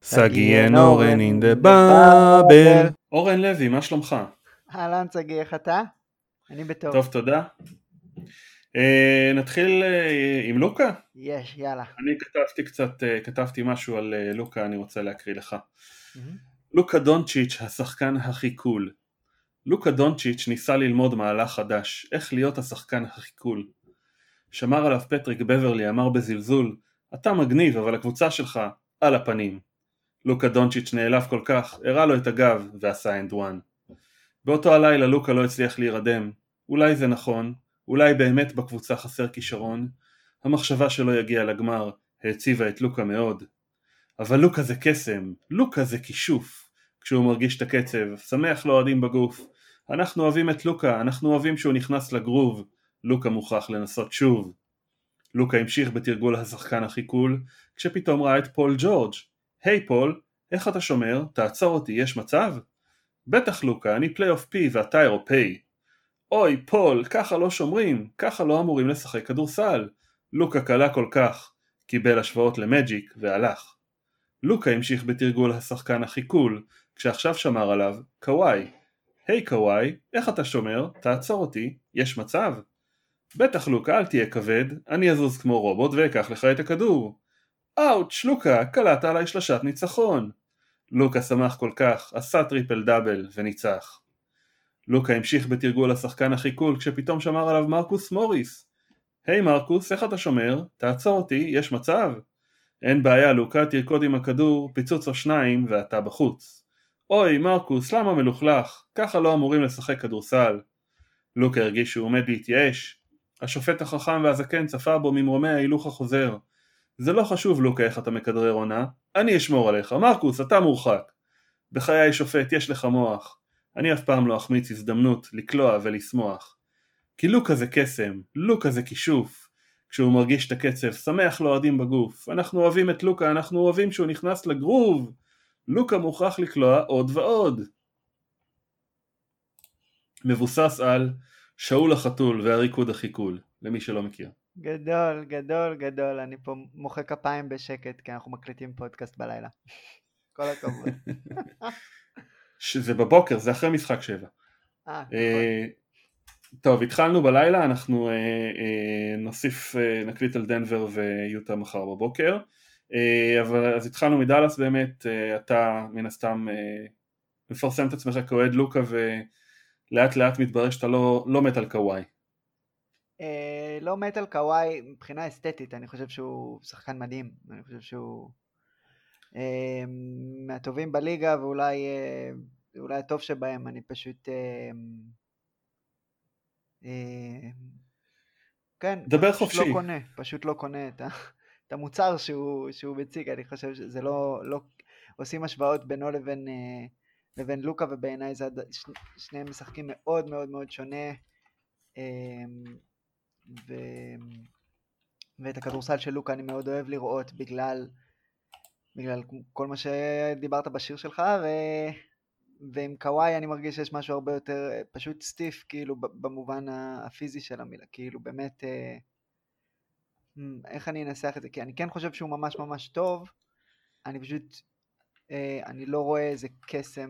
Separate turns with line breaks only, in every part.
סגי and אורן in the bubble. אורן לוי, מה שלומך?
אהלן סגי, איך אתה? אני בטוב.
טוב, תודה. נתחיל עם לוקה?
יש, יאללה.
אני כתבתי משהו על לוקה, אני רוצה להקריא לך. לוקה דונצ'יץ', השחקן הכי קול. לוקה דונצ'יץ' ניסה ללמוד מהלך חדש, איך להיות השחקן הכי קול. שמר עליו פטריק בברלי, אמר בזלזול, אתה מגניב אבל הקבוצה שלך על הפנים. לוקה דונצ'יץ' נעלב כל כך, הראה לו את הגב ועשה אנד וואן. באותו הלילה לוקה לא הצליח להירדם. אולי זה נכון, אולי באמת בקבוצה חסר כישרון. המחשבה שלא יגיע לגמר העציבה את לוקה מאוד. אבל לוקה זה קסם, לוקה זה כישוף. כשהוא מרגיש את הקצב, שמח לו אוהדים בגוף. אנחנו אוהבים את לוקה, אנחנו אוהבים שהוא נכנס לגרוב. לוקה מוכרח לנסות שוב. לוקה המשיך בתרגול השחקן הכי קול, כשפתאום ראה את פול ג'ורג'. היי פול, איך אתה שומר? תעצור אותי, יש מצב? בטח לוקה, אני פלייאוף פי ואתה אירופאי. אוי פול, ככה לא שומרים, ככה לא אמורים לשחק כדורסל. לוקה קלה כל כך, קיבל השוואות למג'יק והלך. לוקה המשיך בתרגול השחקן הכי קול, כשעכשיו שמר עליו קוואי. היי קוואי, איך אתה שומר? תעצור אותי, יש מצב? בטח לוקה, אל תהיה כבד, אני אזוז כמו רובוט ואקח לך את הכדור. אאוץ' לוקה, קלעת עליי שלשת ניצחון. לוקה שמח כל כך, עשה טריפל דאבל וניצח. לוקה המשיך בתרגול השחקן הכי קול כשפתאום שמר עליו מרקוס מוריס. היי מרקוס, איך אתה שומר? תעצור אותי, יש מצב? אין בעיה לוקה, תרקוד עם הכדור, פיצוץ או שניים ואתה בחוץ. אוי מרקוס, למה מלוכלך? ככה לא אמורים לשחק כדורסל. לוקה הרגיש שהוא עומד להתייאש. השופט החכם והזקן צפה בו ממרומי ההילוך החוזר. זה לא חשוב לוקה איך אתה מכדרר עונה, אני אשמור עליך, מרקוס אתה מורחק. בחיי שופט יש לך מוח, אני אף פעם לא אחמיץ הזדמנות לקלוע ולשמוח. כי לוקה זה קסם, לוקה זה כישוף, כשהוא מרגיש את הקצב שמח לו אוהדים בגוף, אנחנו אוהבים את לוקה, אנחנו אוהבים שהוא נכנס לגרוב, לוקה מוכרח לקלוע עוד ועוד. מבוסס על שאול החתול והריקוד הכי קול, למי שלא מכיר.
גדול, גדול, גדול. אני פה מוחא כפיים בשקט, כי אנחנו מקליטים פודקאסט בלילה. כל הכבוד.
שזה בבוקר, זה אחרי משחק 7.
נכון.
טוב, התחלנו בלילה, אנחנו נוסיף, נקליט על דנבר ויוטה מחר בבוקר, אבל אז התחלנו מדלס באמת, אתה מן הסתם מפרסם את עצמך כאוהד לוקה ולאט לאט מתברר שאתה לא מת על קוואי.
לא מת על קוואי מבחינה אסתטית, אני חושב שהוא שחקן מדהים, אני חושב שהוא מהטובים בליגה ואולי הטוב שבהם, אני פשוט כן,
דבר חופשי.
פשוט לא קונה את המוצר שהוא מציג. אני חושב שזה לא עושים השוואות בינו לבין לוקה, ובעיניי זה שניהם משחקים מאוד מאוד מאוד שונה, ואת הכדורסל של לוקה אני מאוד אוהב לראות בגלל כל מה שדיברת בשיר שלך, ועם קוואי אני מרגיש שיש משהו הרבה יותר פשוט סטיף, כאילו במובן הפיזי של המילה, כאילו באמת איך אני אנסח את זה, כי אני כן חושב שהוא ממש ממש טוב, אני פשוט אני לא רואה איזה קסם,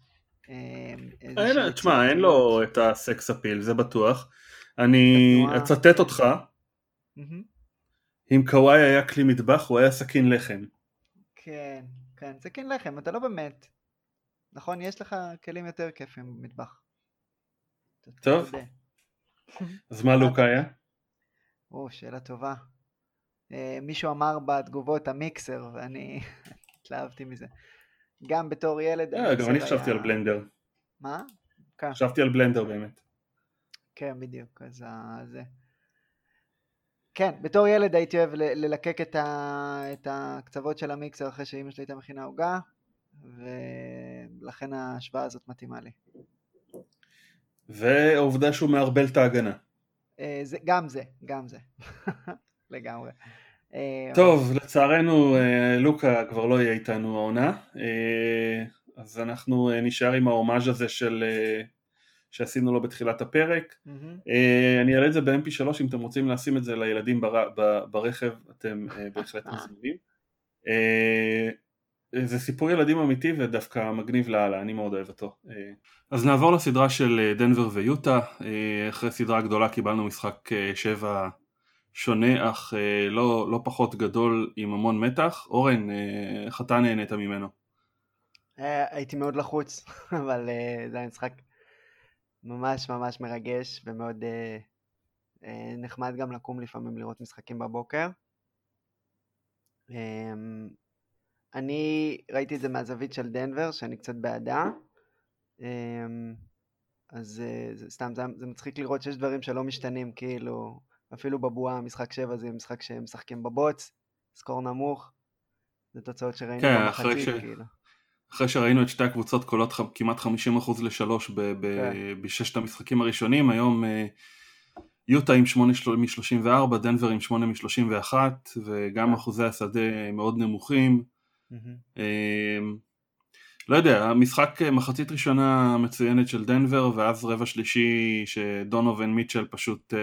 תשמע, אין לו את הסקס אפיל, זה בטוח. אני אצטט אותך, אם קוואי היה כלי מטבח הוא היה סכין לחם.
כן, כן, סכין לחם, אתה לא באמת, נכון, יש לך כלים יותר כיפים במטבח.
טוב, אז מה לוקה היה?
שאלה טובה. מישהו אמר בתגובות המיקסר, ואני התלהבתי מזה. גם בתור ילד
גם אני חשבתי על בלנדר.
מה?
חשבתי על בלנדר באמת.
כן, בדיוק, אז זה. כן, בתור ילד הייתי אוהב ללקק את הקצוות של המיקסר אחרי שאמא שלי הייתה מכינה עוגה, ולכן ההשוואה הזאת מתאימה לי.
והעובדה שהוא מערבל את ההגנה.
גם זה. לגמרי.
טוב, לצערנו לוקה כבר לא יהיה איתנו העונה, אז אנחנו נשאר עם ההומאז' הזה שעשינו לו בתחילת הפרק. אני אעלה את זה ב-MP3, אם אתם רוצים לשים את זה לילדים ברכב, אתם בהחלט מזמינים. זה סיפור ילדים אמיתי ודווקא מגניב לאללה, אני מאוד אוהב אותו. אז נעבור לסדרה של דנבר ויוטה. אחרי סדרה גדולה קיבלנו משחק 7 שונה אך לא פחות גדול עם המון מתח. אורן, איך אתה נהנית ממנו?
הייתי מאוד לחוץ, אבל זה היה משחק ממש ממש מרגש ומאוד נחמד גם לקום לפעמים לראות משחקים בבוקר. אני ראיתי את זה מהזווית של דנבר, שאני קצת בעדה, אז זה מצחיק לראות שיש דברים שלא משתנים, כאילו אפילו בבועה משחק 7 זה משחק שהם משחקים בבוץ, סקור נמוך, זה תוצאות שראינו במחצית כאילו.
אחרי שראינו את שתי הקבוצות קולות כמעט 50% ל3 בששת המשחקים הראשונים, היום יוטה עם 8 מ-34, דנבר עם 8 מ-31, וגם אחוזי השדה מאוד נמוכים. לא יודע, המשחק מחצית ראשונה מצוינת של דנבר, ואז רבע שלישי שדונובין מיטשל פשוט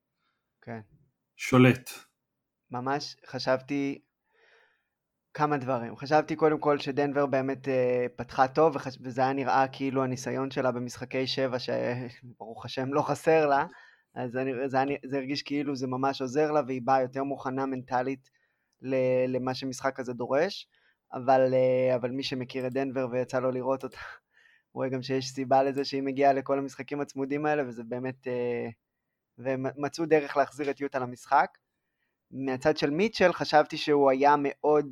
שולט.
ממש חשבתי כמה דברים. חשבתי קודם כל שדנבר באמת פתחה טוב, וזה היה נראה כאילו הניסיון שלה במשחקי 7, שברוך השם לא חסר לה, אז זה הרגיש כאילו זה ממש עוזר לה, והיא באה יותר מוכנה מנטלית למה שמשחק הזה דורש, אבל מי שמכיר את דנבר ויצא לו לראות אותה, הוא רואה גם שיש סיבה לזה שהיא מגיעה לכל המשחקים הצמודים האלה, וזה באמת, ומצאו דרך להחזיר את יוטה למשחק. מהצד של מיטשל חשבתי שהוא היה מאוד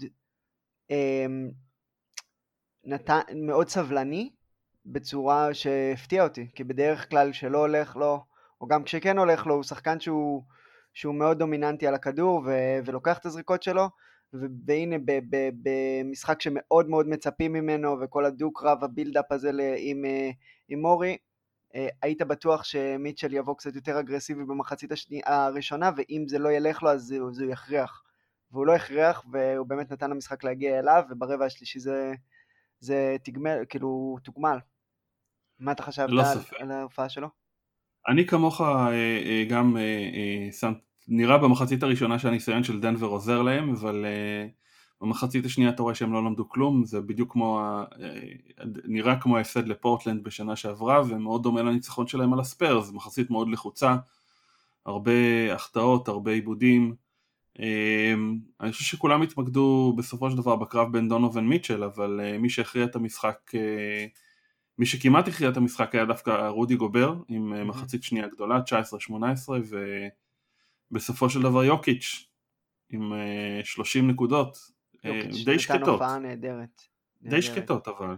מאוד סבלני, בצורה שהפתיע אותי, כי בדרך כלל שלא הולך לו, או גם כשכן הולך לו, הוא שחקן שהוא מאוד דומיננטי על הכדור, ולוקח את הזריקות שלו, והנה במשחק שמאוד מאוד מצפים ממנו, וכל הדוק רב הבילדאפ הזה עם מורי, היית בטוח שמיטשל יבוא קצת יותר אגרסיבי במחצית הראשונה, ואם זה לא ילך לו אז הוא יכריח, והוא לא הכריח, והוא באמת נתן למשחק להגיע אליו, וברבע השלישי זה כאילו תוגמל. מה אתה חשבת על ההופעה שלו?
אני כמוך גם נראה במחצית הראשונה שהניסיון של דנבר עוזר להם, אבל במחצית השנייה אתה רואה שהם לא למדו כלום, זה בדיוק נראה כמו ההפסד לפורטלנד בשנה שעברה, ומאוד דומה לניצחון שלהם על הספיירס, מחצית מאוד לחוצה, הרבה החטאות, הרבה עיבודים. אני חושב שכולם התמקדו בסופו של דבר בקרב בין דונובין מיטשל, אבל מי שהכריע את המשחק, מי שכמעט הכריע את המשחק היה דווקא רודי גובר, עם מחצית שנייה גדולה, 19-18, ובסופו של דבר יוקיץ' עם 30 נקודות, די שקטות. די שקטות אבל.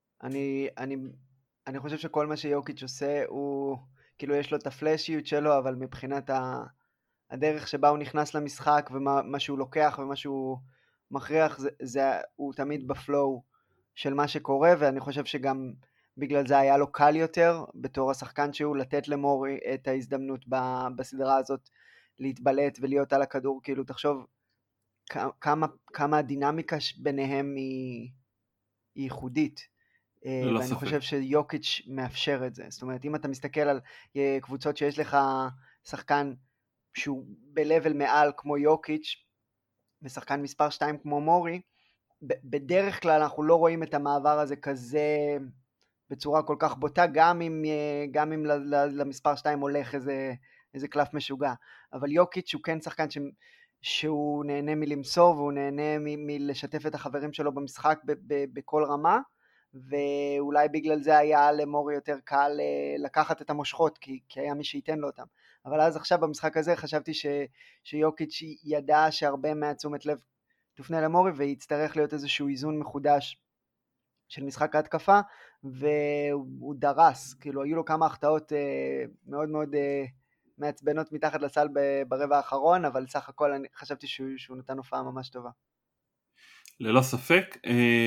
אני חושב שכל מה שיוקיץ' עושה, הוא כאילו יש לו את הפלאשיות שלו, אבל מבחינת הדרך שבה הוא נכנס למשחק, ומה שהוא לוקח ומה שהוא מכריח, הוא תמיד בפלואו של מה שקורה, ואני חושב שגם בגלל זה היה לו קל יותר, בתור השחקן שהוא, לתת למורי את ההזדמנות בסדרה הזאת, להתבלט ולהיות על הכדור, כאילו תחשוב כמה הדינמיקה ביניהם היא ייחודית, ואני חושב שיוקיץ' מאפשר את זה. זאת אומרת, אם אתה מסתכל על קבוצות שיש לך שחקן שהוא בלבל מעל כמו יוקיץ' ושחקן מספר 2 כמו מורי, בדרך כלל אנחנו לא רואים את המעבר הזה כזה בצורה כל כך בוטה, גם אם למספר 2 הולך איזה קלף משוגע. אבל יוקיץ' הוא כן שחקן שהוא נהנה מלמסור, והוא נהנה מלשתף את החברים שלו במשחק בכל רמה, ואולי בגלל זה היה למורי יותר קל לקחת את המושכות, כי היה מי שייתן לו אותם. אבל אז עכשיו במשחק הזה חשבתי שיוקיץ' ידע שהרבה מהתשומת לב תופנה למורי, ויצטרך להיות איזשהו איזון מחודש של משחק ההתקפה, והוא דרס, כאילו היו לו כמה החטאות מאוד מאוד מעצבנות מתחת לסל ברבע האחרון, אבל סך הכל אני חשבתי שהוא נתן הופעה ממש טובה.
ללא ספק.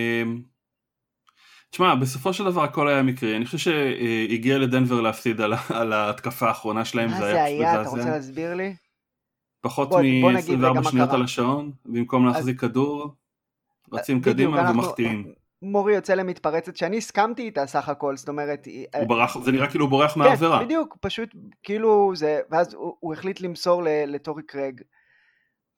תשמע, בסופו של דבר הכל היה מקרי, אני חושב שהגיע לדנבר להפסיד על ההתקפה האחרונה שלהם.
מה זה היה? אתה רוצה להסביר לי?
פחות מ-24 שניות על השעון, במקום להחזיק כדור, רצים קדימה ומחטיאים.
מורי יוצא למתפרצת שאני הסכמתי איתה סך הכל, זאת אומרת,
זה נראה כאילו הוא בורח מהעבירה.
כן, בדיוק, פשוט כאילו זה, ואז הוא החליט למסור לטורי קרג,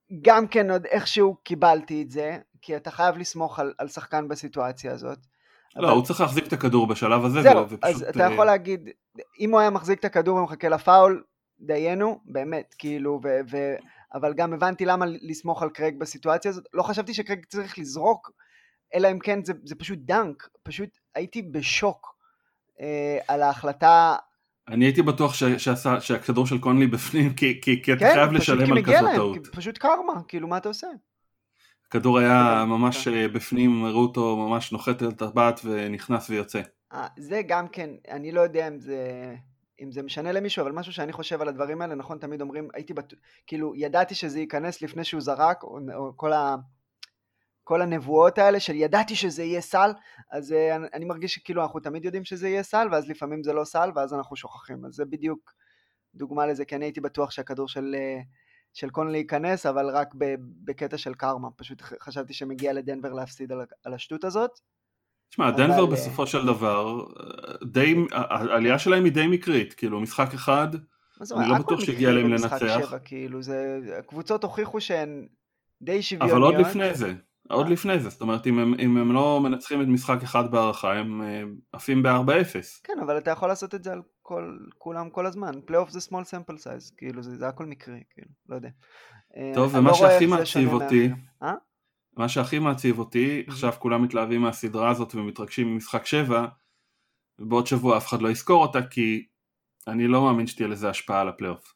גם כן עוד איכשהו קיבלתי את זה, כי אתה חייב לסמוך על שחקן בסיטואציה הזאת.
לא,
אבל...
הוא צריך להחזיק את הכדור בשלב הזה,
זהו,
ופשוט...
אז אתה יכול להגיד, אם הוא היה מחזיק את הכדור ומחכה לפאול, דיינו, באמת, כאילו, אבל גם הבנתי למה לסמוך על קרייג בסיטואציה הזאת, לא חשבתי שקרייג צריך לזרוק, אלא אם כן זה פשוט דנק, פשוט הייתי בשוק על ההחלטה.
אני הייתי בטוח שהכדור של קונלי בפנים, כי אתה
כן,
חייב
פשוט
לשלם
כי
על
מגיע
כזאת
להם,
טעות.
פשוט קרמה, כאילו מה אתה עושה?
הכדור היה ממש בפנים, הראו אותו ממש נוחת על טבעת ונכנס ויוצא.
זה גם כן, אני לא יודע אם זה משנה למישהו, אבל משהו שאני חושב על הדברים האלה, נכון, תמיד אומרים, כאילו, ידעתי שזה ייכנס לפני שהוא זרק, או כל הנבואות האלה של ידעתי שזה יהיה סל, אז אני מרגיש שכאילו אנחנו תמיד יודעים שזה יהיה סל, ואז לפעמים זה לא סל, ואז אנחנו שוכחים, אז זה בדיוק דוגמה לזה, כי אני הייתי בטוח שהכדור של קונלי ייכנס, אבל רק בקטע של קרמה, פשוט חשבתי שמגיע לדנבר להפסיד על השטות הזאת.
תשמע, דנבר בסופו של דבר, העלייה שלהם היא די מקרית, כאילו משחק אחד, אני לא בטוח שהגיע להם לנצח.
כאילו, הקבוצות הוכיחו שהן די שוויוניות.
אבל עוד לפני זה, זאת אומרת, אם הם לא מנצחים את משחק אחד בהערכה, הם עפים ב-4-0.
כן, אבל אתה יכול לעשות את זה על כולם כל הזמן. פלייאוף זה small sample size, כאילו, זה הכל מקרי, כאילו, לא יודע.
טוב, ומה שהכי מעציב אותי, מה שהכי מעציב אותי, עכשיו כולם מתלהבים מהסדרה הזאת ומתרגשים ממשחק 7, ובעוד שבוע אף אחד לא יזכור אותה, כי אני לא מאמין שתהיה לזה השפעה על הפלייאוף.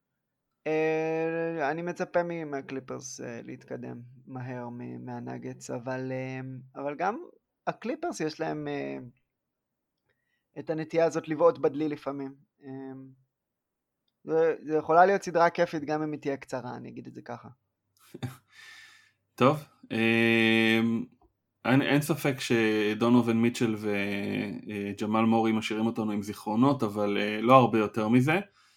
אני מצפה מהקליפרס להתקדם מהר מהנגטס, אבל גם הקליפרס יש להם את הנטייה הזאת לבעוט בדלי לפעמים. זה יכולה להיות סדרה כיפית גם אם היא תהיה קצרה, אני אגיד את זה ככה.
טוב, אין ספק שדונובין מיטשל וג'מאל מורי משאירים אותנו עם זיכרונות, אבל לא הרבה יותר מזה.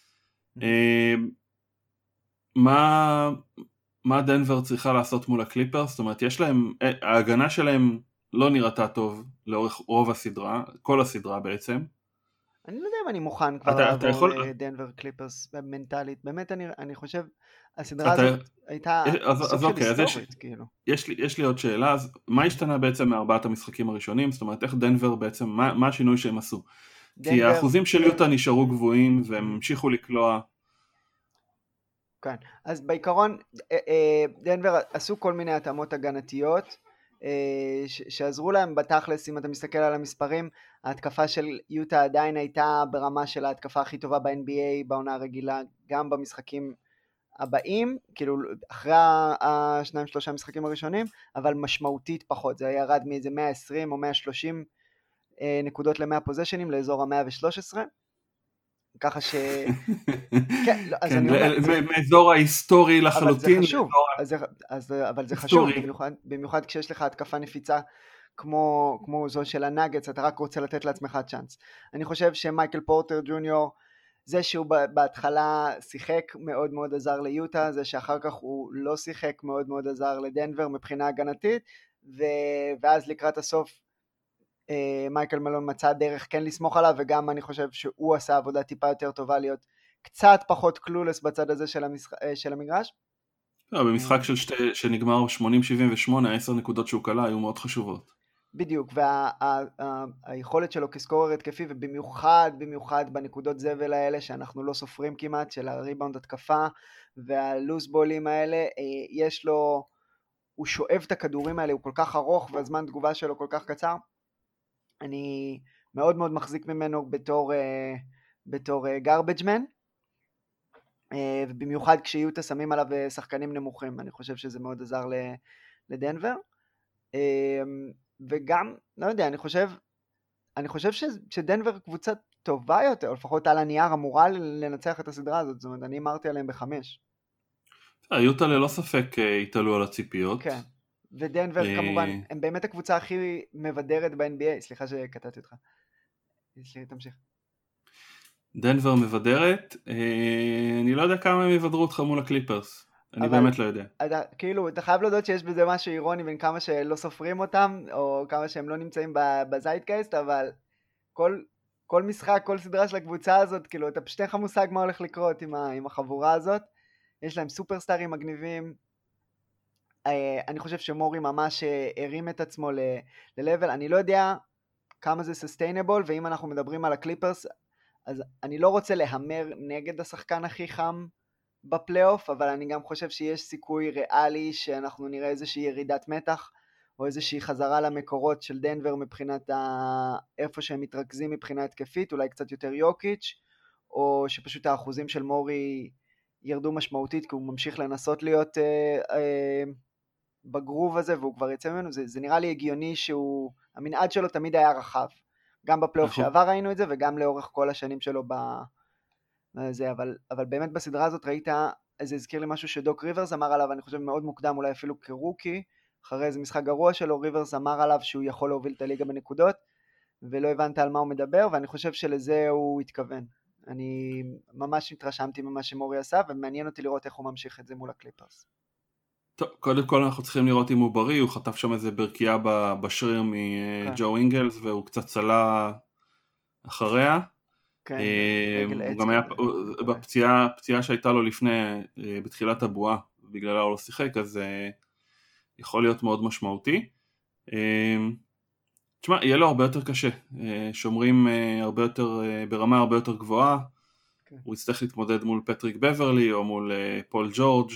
מה דנבר צריכה לעשות מול הקליפרס? זאת אומרת, ההגנה שלהם לא נראתה טוב לאורך רוב הסדרה, כל הסדרה בעצם.
אני לא יודע אם אני מוכן כבר לעבור לדנבר קליפרס מנטלית, באמת אני חושב, הסדרה הזאת הייתה סוג של היסטורית, כאילו.
יש לי עוד שאלה, אז מה השתנה בעצם מארבעת המשחקים הראשונים? זאת אומרת, איך דנבר בעצם, מה השינוי שהם עשו? כי האחוזים של יוטה נשארו גבוהים, והם המשיכו לקלוע.
כן, אז בעיקרון, דנבר עשו כל מיני התאמות הגנתיות, שעזרו להם בתכלס. אם אתה מסתכל על המספרים, ההתקפה של יוטה עדיין הייתה ברמה של ההתקפה הכי טובה ב-NBA בעונה הרגילה, גם במשחקים הבאים, כאילו אחרי השניים-שלושה משחקים הראשונים, אבל משמעותית פחות. זה ירד מאיזה 120 או 130 נקודות ל-100 פוזיישנים לאזור ה-113, ככה ש...
מאזור ההיסטורי לחלוטין.
אבל זה חשוב, במיוחד כשיש לך התקפה נפיצה כמו זו של הנאגטס, אתה רק רוצה לתת לעצמך צ'אנס. אני חושב שמייקל פורטר ג'וניור, זה שהוא בהתחלה שיחק מאוד מאוד עזר ליוטה, זה שאחר כך הוא לא שיחק מאוד מאוד עזר לדנבר מבחינה הגנתית, ואז לקראת הסוף מייקל מלון מצא דרך כן לסמוך עליו, וגם אני חושב שהוא עשה עבודה טיפה יותר טובה, להיות קצת פחות קלולס בצד הזה של המגרש.
במשחק שנגמר 80-78, 10 נקודות שהוא קלה היו מאוד חשובות.
בדיוק, והיכולת שלו כסקורר התקפי, ובמיוחד בנקודות זבל האלה שאנחנו לא סופרים כמעט, של הריבאונד התקפה והלוס בולים האלה, יש לו, הוא שואב את הכדורים האלה, הוא כל כך ארוך והזמן תגובה שלו כל כך קצר. אני מאוד מאוד מחזיק ממנו בתור garbage man, ובמיוחד כשיוטה שמים עליו שחקנים נמוכים, אני חושב שזה מאוד עזר לדנבר. וגם, לא יודע, אני חושב שדנבר קבוצה טובה יותר, לפחות על הנייר אמורה לנצח את הסדרה הזאת, זאת אומרת, אני אמרתי עליהם ב5.
יוטה ללא ספק התעלו על הציפיות.
כן. ודנבר כמובן, הם באמת הקבוצה הכי מבדרת ב-NBA, סליחה שקטעתי אותך. תמשיך.
דנבר מבדרת, אני לא יודע כמה הם יבדרו אותך מול הקליפרס, אני באמת לא יודע.
כאילו, אתה חייב לדעת שיש בזה משהו אירוני בין כמה שלא סופרים אותם, או כמה שהם לא נמצאים בזייטגייסט, אבל כל משחק, כל סדרה של הקבוצה הזאת, כאילו, אתה פשוט אין לך מושג מה הולך לקרות עם החבורה הזאת, יש להם סופרסטארים מגניבים, אני חושב שמורי ממש הרים את עצמו ל-level, אני לא יודע כמה זה sustainable, ואם אנחנו מדברים על הקליפרס, אז אני לא רוצה להמר נגד השחקן הכי חם בפלייאוף, אבל אני גם חושב שיש סיכוי ריאלי שאנחנו נראה איזושהי ירידת מתח, או איזושהי חזרה למקורות של דנבר מבחינת איפה שהם מתרכזים מבחינה התקפית, אולי קצת יותר יוקיץ', או שפשוט האחוזים של מורי ירדו משמעותית, כי הוא ממשיך לנסות להיות בגרוב הזה, והוא כבר יצא ממנו. זה נראה לי הגיוני המנעד שלו תמיד היה רחב, גם בפלייאוף שעבר ראינו את זה, וגם לאורך כל השנים שלו בזה, אבל באמת בסדרה הזאת ראית, זה הזכיר לי משהו שדוק ריברס אמר עליו, אני חושב מאוד מוקדם, אולי אפילו כרוקי, אחרי איזה משחק גרוע שלו, ריברס אמר עליו שהוא יכול להוביל את הליגה בנקודות, ולא הבנת על מה הוא מדבר, ואני חושב שלזה הוא התכוון. אני ממש התרשמתי ממה שמורי עשה, ומעניין אותי לראות איך הוא ממשיך את זה מול הקליפרס.
טוב, קודם כל אנחנו צריכים לראות אם הוא בריא, הוא חטף שם איזה ברקייה בשריר מג'ו אינגלס, והוא קצת צלה אחריה.
כן,
הוא גם היה בפציעה שהייתה לו לפני, בתחילת הבועה, בגללה הוא לא שיחק, אז יכול להיות מאוד משמעותי. תשמע, יהיה לו הרבה יותר קשה, שומרים הרבה יותר, ברמה הרבה יותר גבוהה, הוא יצטרך להתמודד מול פטריק בברלי או מול פול ג'ורג',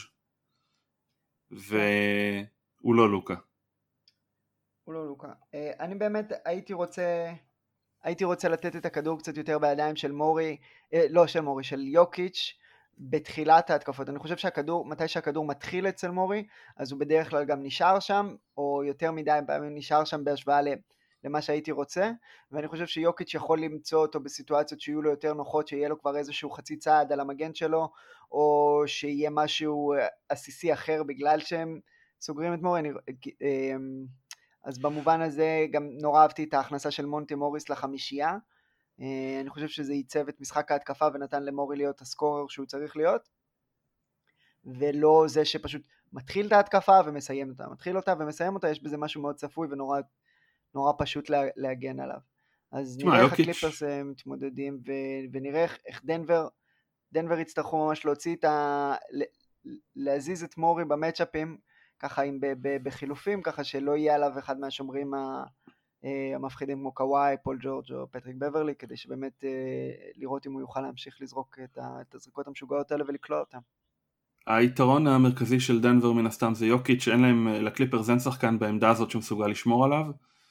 והוא לא לוקה.
הוא לא לוקה. אני באמת הייתי רוצה לתת את הכדור קצת יותר בידיים של מורי, לא של מורי, של יוקיץ' בתחילת ההתקפות. אני חושב מתי שהכדור מתחיל אצל מורי, אז הוא בדרך כלל גם נשאר שם, או יותר מדי פעמים נשאר שם בהשוואה למה שהייתי רוצה, ואני חושב שיוקיץ' יכול למצוא אותו בסיטואציות שיהיו לו יותר נוחות, שיהיה לו כבר איזשהו חצי צעד על המגן שלו, או שיהיה משהו עסיסי אחר בגלל שהם סוגרים את מורי. אז במובן הזה גם נורא אהבתי את ההכנסה של מונטי מוריס לחמישייה, אני חושב שזה ייצב את משחק ההתקפה ונתן למורי להיות הסקורר שהוא צריך להיות, ולא זה שפשוט מתחיל את ההתקפה ומסיים אותה, מתחיל אותה ומסיים אותה, יש בזה משהו מאוד צפוי ונורא פשוט להגן עליו. אז נראה איך הקליפרס מתמודדים, ונראה איך דנבר יצטרכו ממש להזיז את מורי במצ'אפים, ככה בחילופים, ככה שלא יהיה עליו אחד מהשומרים המפחידים כמו קוואי, פול ג'ורג' או פטריק בברלי, כדי שבאמת לראות אם הוא יוכל להמשיך לזרוק את הזריקות המשוגעות האלה ולקלוע אותם.
היתרון המרכזי של דנבר מן הסתם זה יוקיץ', שאין להם, לקליפרס אין שחקן בעמדה הזאת שמסוגל לשמור עליו.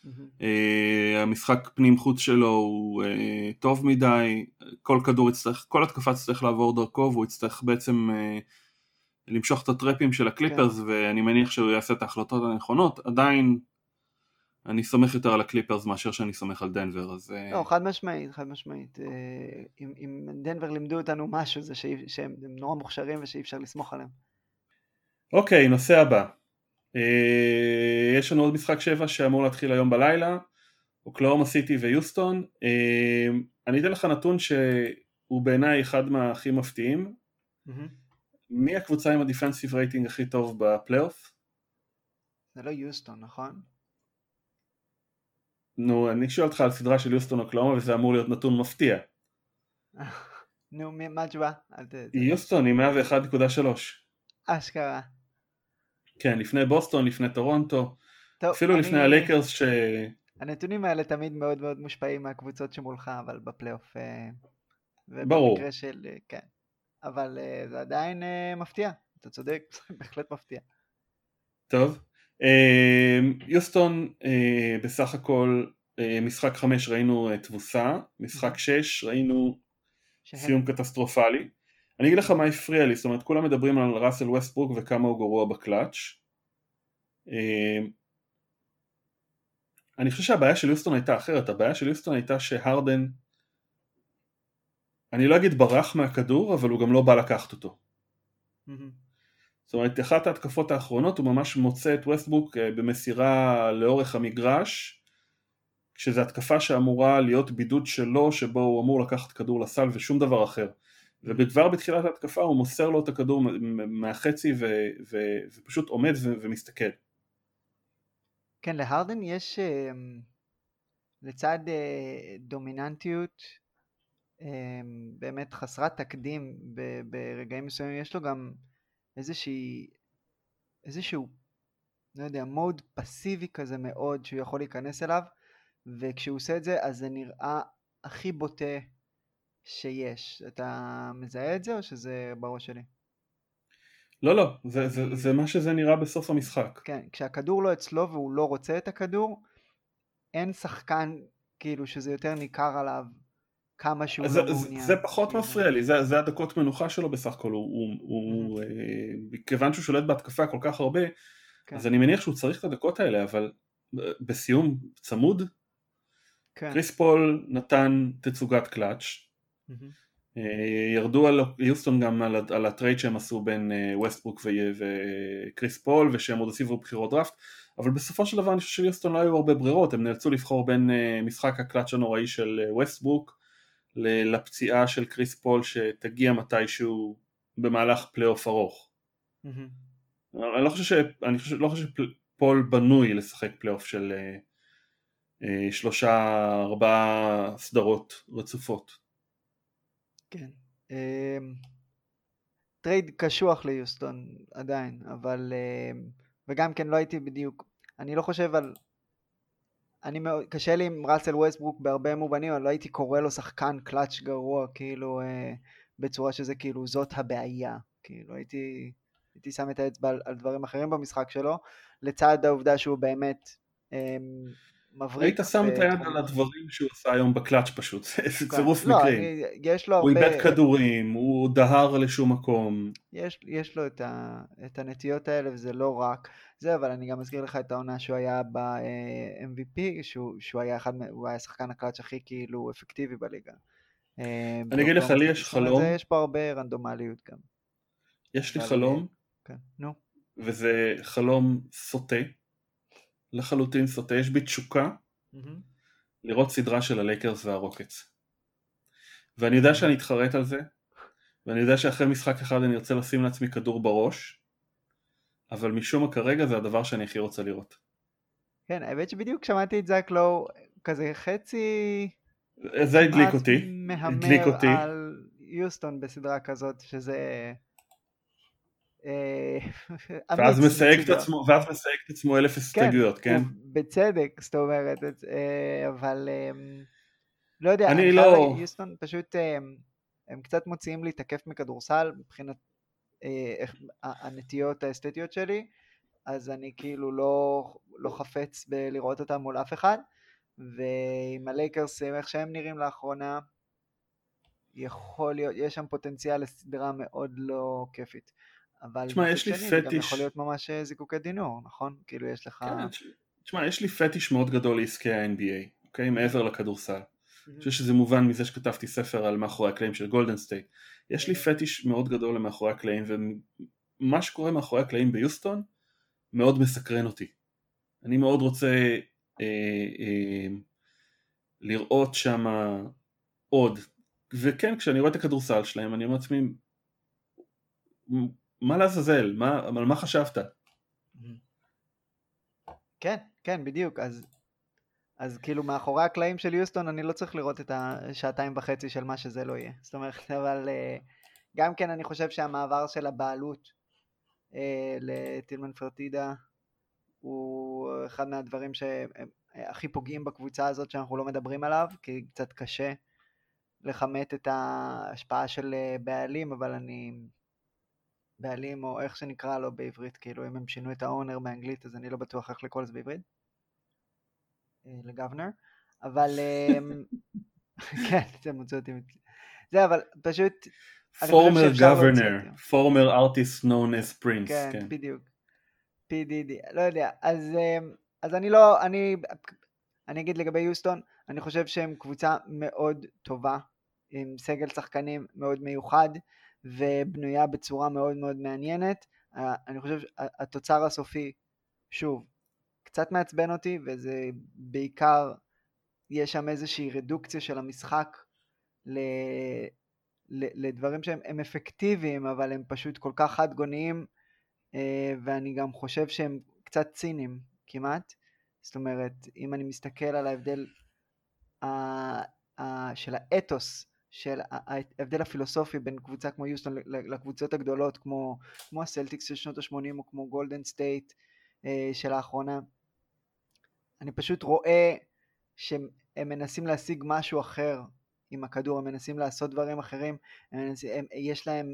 המשחק פנים חוץ שלו הוא טוב מדי, כל התקפה צריך לעבור דרכו, והוא יצטרך בעצם למשוך את הטרפים של הקליפרס, ואני מניח שהוא יעשה את ההחלטות הנכונות. עדיין אני סומך יותר על הקליפרס מאשר שאני סומך על דנבר.
לא, חד משמעית. אם דנבר לימדו אותנו משהו, זה שהם נורא מוכשרים ושאי אפשר לסמוך עליהם.
אוקיי, נושא הבא. יש לנו עוד משחק 7 שאמור להתחיל היום בלילה, אוקלהומה סיטי ויוסטון. אני אתן לך נתון שהוא בעיניי אחד מהכי מפתיעים. מי הקבוצה עם הדיפנסיב רייטינג הכי טוב בפלייאוף?
זה לא יוסטון, נכון?
נו, אני שואל אותך על סדרה של יוסטון אוקלהומה, וזה אמור להיות נתון מפתיע.
נו, מה התשובה?
יוסטון היא 101.3.
אשכרה.
כן, לפני בוסטון, לפני טורונטו, אפילו לפני הלייקרס
הנתונים האלה תמיד מאוד מאוד מושפעים מהקבוצות שמולך, אבל בפלייאוף,
ברור.
ובמקרה של, כן. אבל זה עדיין מפתיע, אתה צודק, בהחלט מפתיע.
טוב, יוסטון בסך הכל, משחק 5 ראינו תבוסה, משחק 6 ראינו סיום קטסטרופלי. אני אגיד לך מה הפריע לי, זאת אומרת כולם מדברים על ראסל ווסטברוק וכמה הוא גרוע בקלאץ'. אני חושב שהבעיה של יוסטון הייתה אחרת, הבעיה של יוסטון הייתה שהרדן, אני לא אגיד ברח מהכדור, אבל הוא גם לא בא לקחת אותו. זאת אומרת, אחת ההתקפות האחרונות הוא ממש מוצא את ווסטברוק במסירה לאורך המגרש, כשזו התקפה שאמורה להיות בידוד שלו, שבו הוא אמור לקחת כדור לסל ושום דבר אחר. וכבר בתחילת ההתקפה הוא מוסר לו את הכדור מהחצי ופשוט עומד ומסתכל.
כן, להרדן יש לצד דומיננטיות באמת חסרת תקדים ברגעים מסוימים, יש לו גם איזשהו לא יודע, מוד פסיבי כזה מאוד שהוא יכול להיכנס אליו, וכשהוא עושה את זה אז זה נראה הכי בוטה שיש. אתה מזהה את זה או שזה בראש שלי?
לא, זה מה שזה נראה בסוף המשחק.
כן, כשהכדור לא אצלו והוא לא רוצה את הכדור, אין שחקן כאילו שזה יותר ניכר עליו כמה שהוא לא מעוניין.
זה פחות
כאילו.
מפריע לי, זה הדקות מנוחה שלו בסך הכל, כיוון שהוא שולט בהתקפה כל כך הרבה,
כן.
אז אני מניח שהוא צריך את הדקות האלה, אבל בסיום צמוד,
כן.
קריס פול נתן תצוגת קלאץ', ירדו על יוסטון גם על הטרייד שהם עשו בין ווסטברוק וקריס פול, ושהם עוד הוסיפו בחירות דראפט, אבל בסופו של דבר אני חושב שיוסטון לא היו הרבה ברירות, הם נאלצו לבחור בין משחק הקלאץ' הנוראי של ווסטברוק לפציעה של קריס פול שתגיע מתישהו במהלך פלייאוף ארוך. אני לא חושב שפול בנוי לשחק פלייאוף של 3-4 סדרות רצופות.
כן. טרייד קשוח ליוסטון עדיין, אבל וגם כן לא הייתי בדיוק, אני לא חושב על, קשה לי עם ראסל ווסטברוק בהרבה מובנים, אבל לא הייתי קורא לו שחקן קלאץ' גרוע, כאילו בצורה שזה כאילו זאת הבעיה, כאילו הייתי שם את האצבע על דברים אחרים במשחק שלו, לצד העובדה שהוא באמת מבריק.
היית שם את היד על הדברים שהוא עשה היום בקלאץ' פשוט, זה צירוף
לא,
מקרים.
יש לו
הוא
הרבה,
איבד כדורים, הוא דהר לשום מקום.
יש לו את הנטיות האלה, וזה לא רק זה, אבל אני גם אזכיר לך את העונה שהוא היה ב-MVP, שהוא היה הוא היה שחקן הקלאץ' הכי כאילו אפקטיבי בליגה.
אני אגיד לך, לי יש חלום.
יש פה הרבה רנדומליות גם.
יש לי חלום,
כן, נו.
וזה חלום סוטה, לחלוטין סוטה, יש בי תשוקה לראות סדרה של הלייקרס והרוקטס. ואני יודע שאני אתחרט על זה, ואני יודע שאחרי משחק אחד אני ארצה לשים לעצמי כדור בראש, אבל משום מה כרגע זה הדבר שאני הכי רוצה לראות.
כן, האמת שבדיוק שמעתי את זק לואו, כזה חצי...
זה הדליק אותי.
מהמר על יוסטון בסדרה כזאת, שזה...
ואז מסייג את עצמו 1000 הסתייגויות, כן?
בצדק, זאת אומרת, אבל לא יודע,
אני לא...
יוסטון פשוט, הם קצת מוציאים לי תקף מכדורסל, מבחינת הנטיות האסתטיות שלי, אז אני כאילו לא חפץ בלראות אותם מול אף אחד, ועם הלייקרס, איך שהם נראים לאחרונה, יכול להיות, יש שם פוטנציאל לסדרה מאוד לא כיפית. אבל
תשמע, יש לי פטיש...
גם יכול להיות ממש זיקוקי דינור, נכון? כאילו יש לך...
כן, תשמע, יש לי פטיש מאוד גדול לעסקי ה-NBA, אוקיי? מעבר לכדורסל. אני חושב שזה מובן מזה שכתבתי ספר על מאחורי הקלעים של גולדן סטייט. יש לי פטיש מאוד גדול למאחורי הקלעים, ומה שקורה מאחורי הקלעים ביוסטון מאוד מסקרן אותי. אני מאוד רוצה לראות שם עוד. וכן, כשאני רואה את הכדורסל שלהם, אני אומר לעצמי, מה לעזאזל? על מה חשבת?
כן, כן, בדיוק. אז כאילו מאחורי הקלעים של יוסטון אני לא צריך לראות את 2.5 של מה שזה לא יהיה. זאת אומרת, אבל גם כן אני חושב שהמעבר של הבעלות לטילמן פרטידה הוא אחד מהדברים שהכי פוגעים בקבוצה הזאת שאנחנו לא מדברים עליו, כי קצת קשה לחמת את ההשפעה של בעלים, אבל בעלים או איך שנקרא לו בעברית, כאילו אם הם שינו את האונר באנגלית אז אני לא בטוח איך לקרוא לזה בעברית, לגוונר, אבל כן, זה מוצא אותי, זה אבל פשוט
former governor, former artist known as Prince,
כן, בדיוק, PDD, לא יודע, אז אני אגיד לגבי יוסטון, אני חושב שהם קבוצה מאוד טובה, עם סגל שחקנים מאוד מיוחד, ובנויה בצורה מאוד מאוד מעניינת. אני חושב שהתוצר הסופי, שוב, קצת מעצבן אותי, וזה בעיקר, יש שם איזושהי רדוקציה של המשחק לדברים שהם אפקטיביים, אבל הם פשוט כל כך חד גוניים, ואני גם חושב שהם קצת ציניים כמעט. זאת אומרת, אם אני מסתכל על ההבדל של האתוס, של ההבדל הפילוסופי בין קבוצה כמו יוסטון לקבוצות הגדולות כמו הסלטיקס של שנות ה-80 או כמו גולדן סטייט, של האחרונה. אני פשוט רואה שהם מנסים להשיג משהו אחר עם הכדור, הם מנסים לעשות דברים אחרים, יש להם,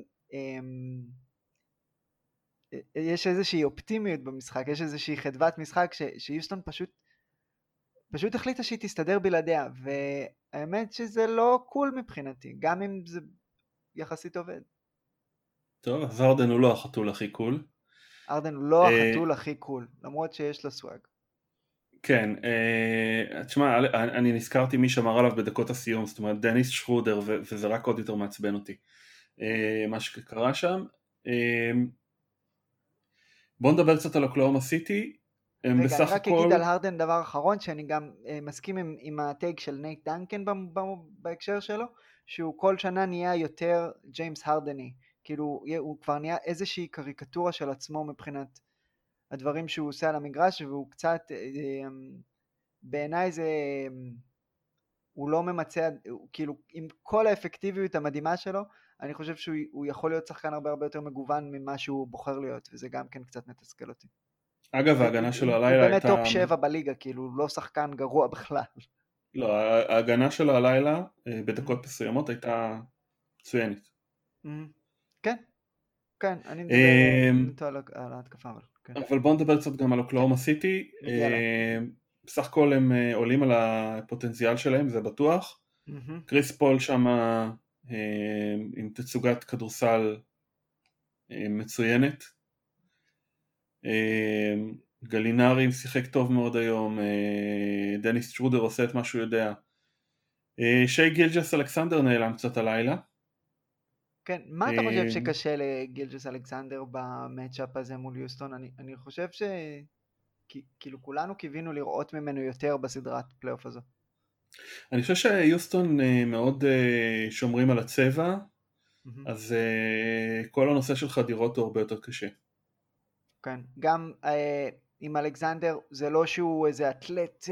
יש איזושהי אופטימיות במשחק, יש איזושהי חדוות משחק שיוסטון פשוט החליטה שהיא תסתדר בלעדיה, והאמת שזה לא קול מבחינתי, גם אם זה יחסית עובד.
טוב, אז הרדן הוא לא החתול הכי קול.
ארדן הוא לא החתול הכי קול, למרות שיש לו סוואג.
כן, תשמע, אני נזכרתי מי שמר עליו בדקות הסיום, זאת אומרת דניס שרודר, וזה רק עוד יותר מעצבן אותי, מה שקרה שם. בוא נדבר קצת על אוקלאומה סיטי.
רגע, אני רק אגיד על הרדן דבר אחרון, שאני גם מסכים עם הטייק של נייט דנקן בהקשר שלו, שהוא כל שנה נהיה יותר ג'יימס הרדני, כאילו הוא כבר נהיה איזושהי קריקטורה של עצמו מבחינת הדברים שהוא עושה על המגרש, והוא קצת, בעיניי זה, הוא לא ממצא, כאילו עם כל האפקטיביות המדהימה שלו, אני חושב שהוא יכול להיות שחקן הרבה יותר מגוון ממה שהוא בוחר להיות, וזה גם כן קצת מתסכל אותי.
אגב, ההגנה שלו הלילה
הייתה... הוא באמת טופ 7 בליגה, כאילו לא שחקן גרוע בכלל.
לא, ההגנה שלו הלילה בדקות מסוימות הייתה מצוינת.
כן, כן, אני מדבר על ההתקפה.
אבל בואו נדבר קצת גם על אוקלאומה סיטי. בסך הכל הם עולים על הפוטנציאל שלהם, זה בטוח. קריס פול שם עם תצוגת כדורסל מצוינת. גלינרי שיחק טוב מאוד היום, דניס שרודר עושה את מה שהוא יודע. שי גילג'ס אלכסנדר נעלם קצת הלילה.
כן, מה אתה חושב שקשה לגילג'ס אלכסנדר במאצ'אפ הזה מול יוסטון? אני חושב שכאילו כולנו קיווינו לראות ממנו יותר בסדרת פלייאוף הזו.
אני חושב שיוסטון מאוד שומרים על הצבע, אז כל הנושא של חדירות הוא הרבה יותר קשה.
כן, גם עם אלכסנדר זה לא שהוא איזה אתלט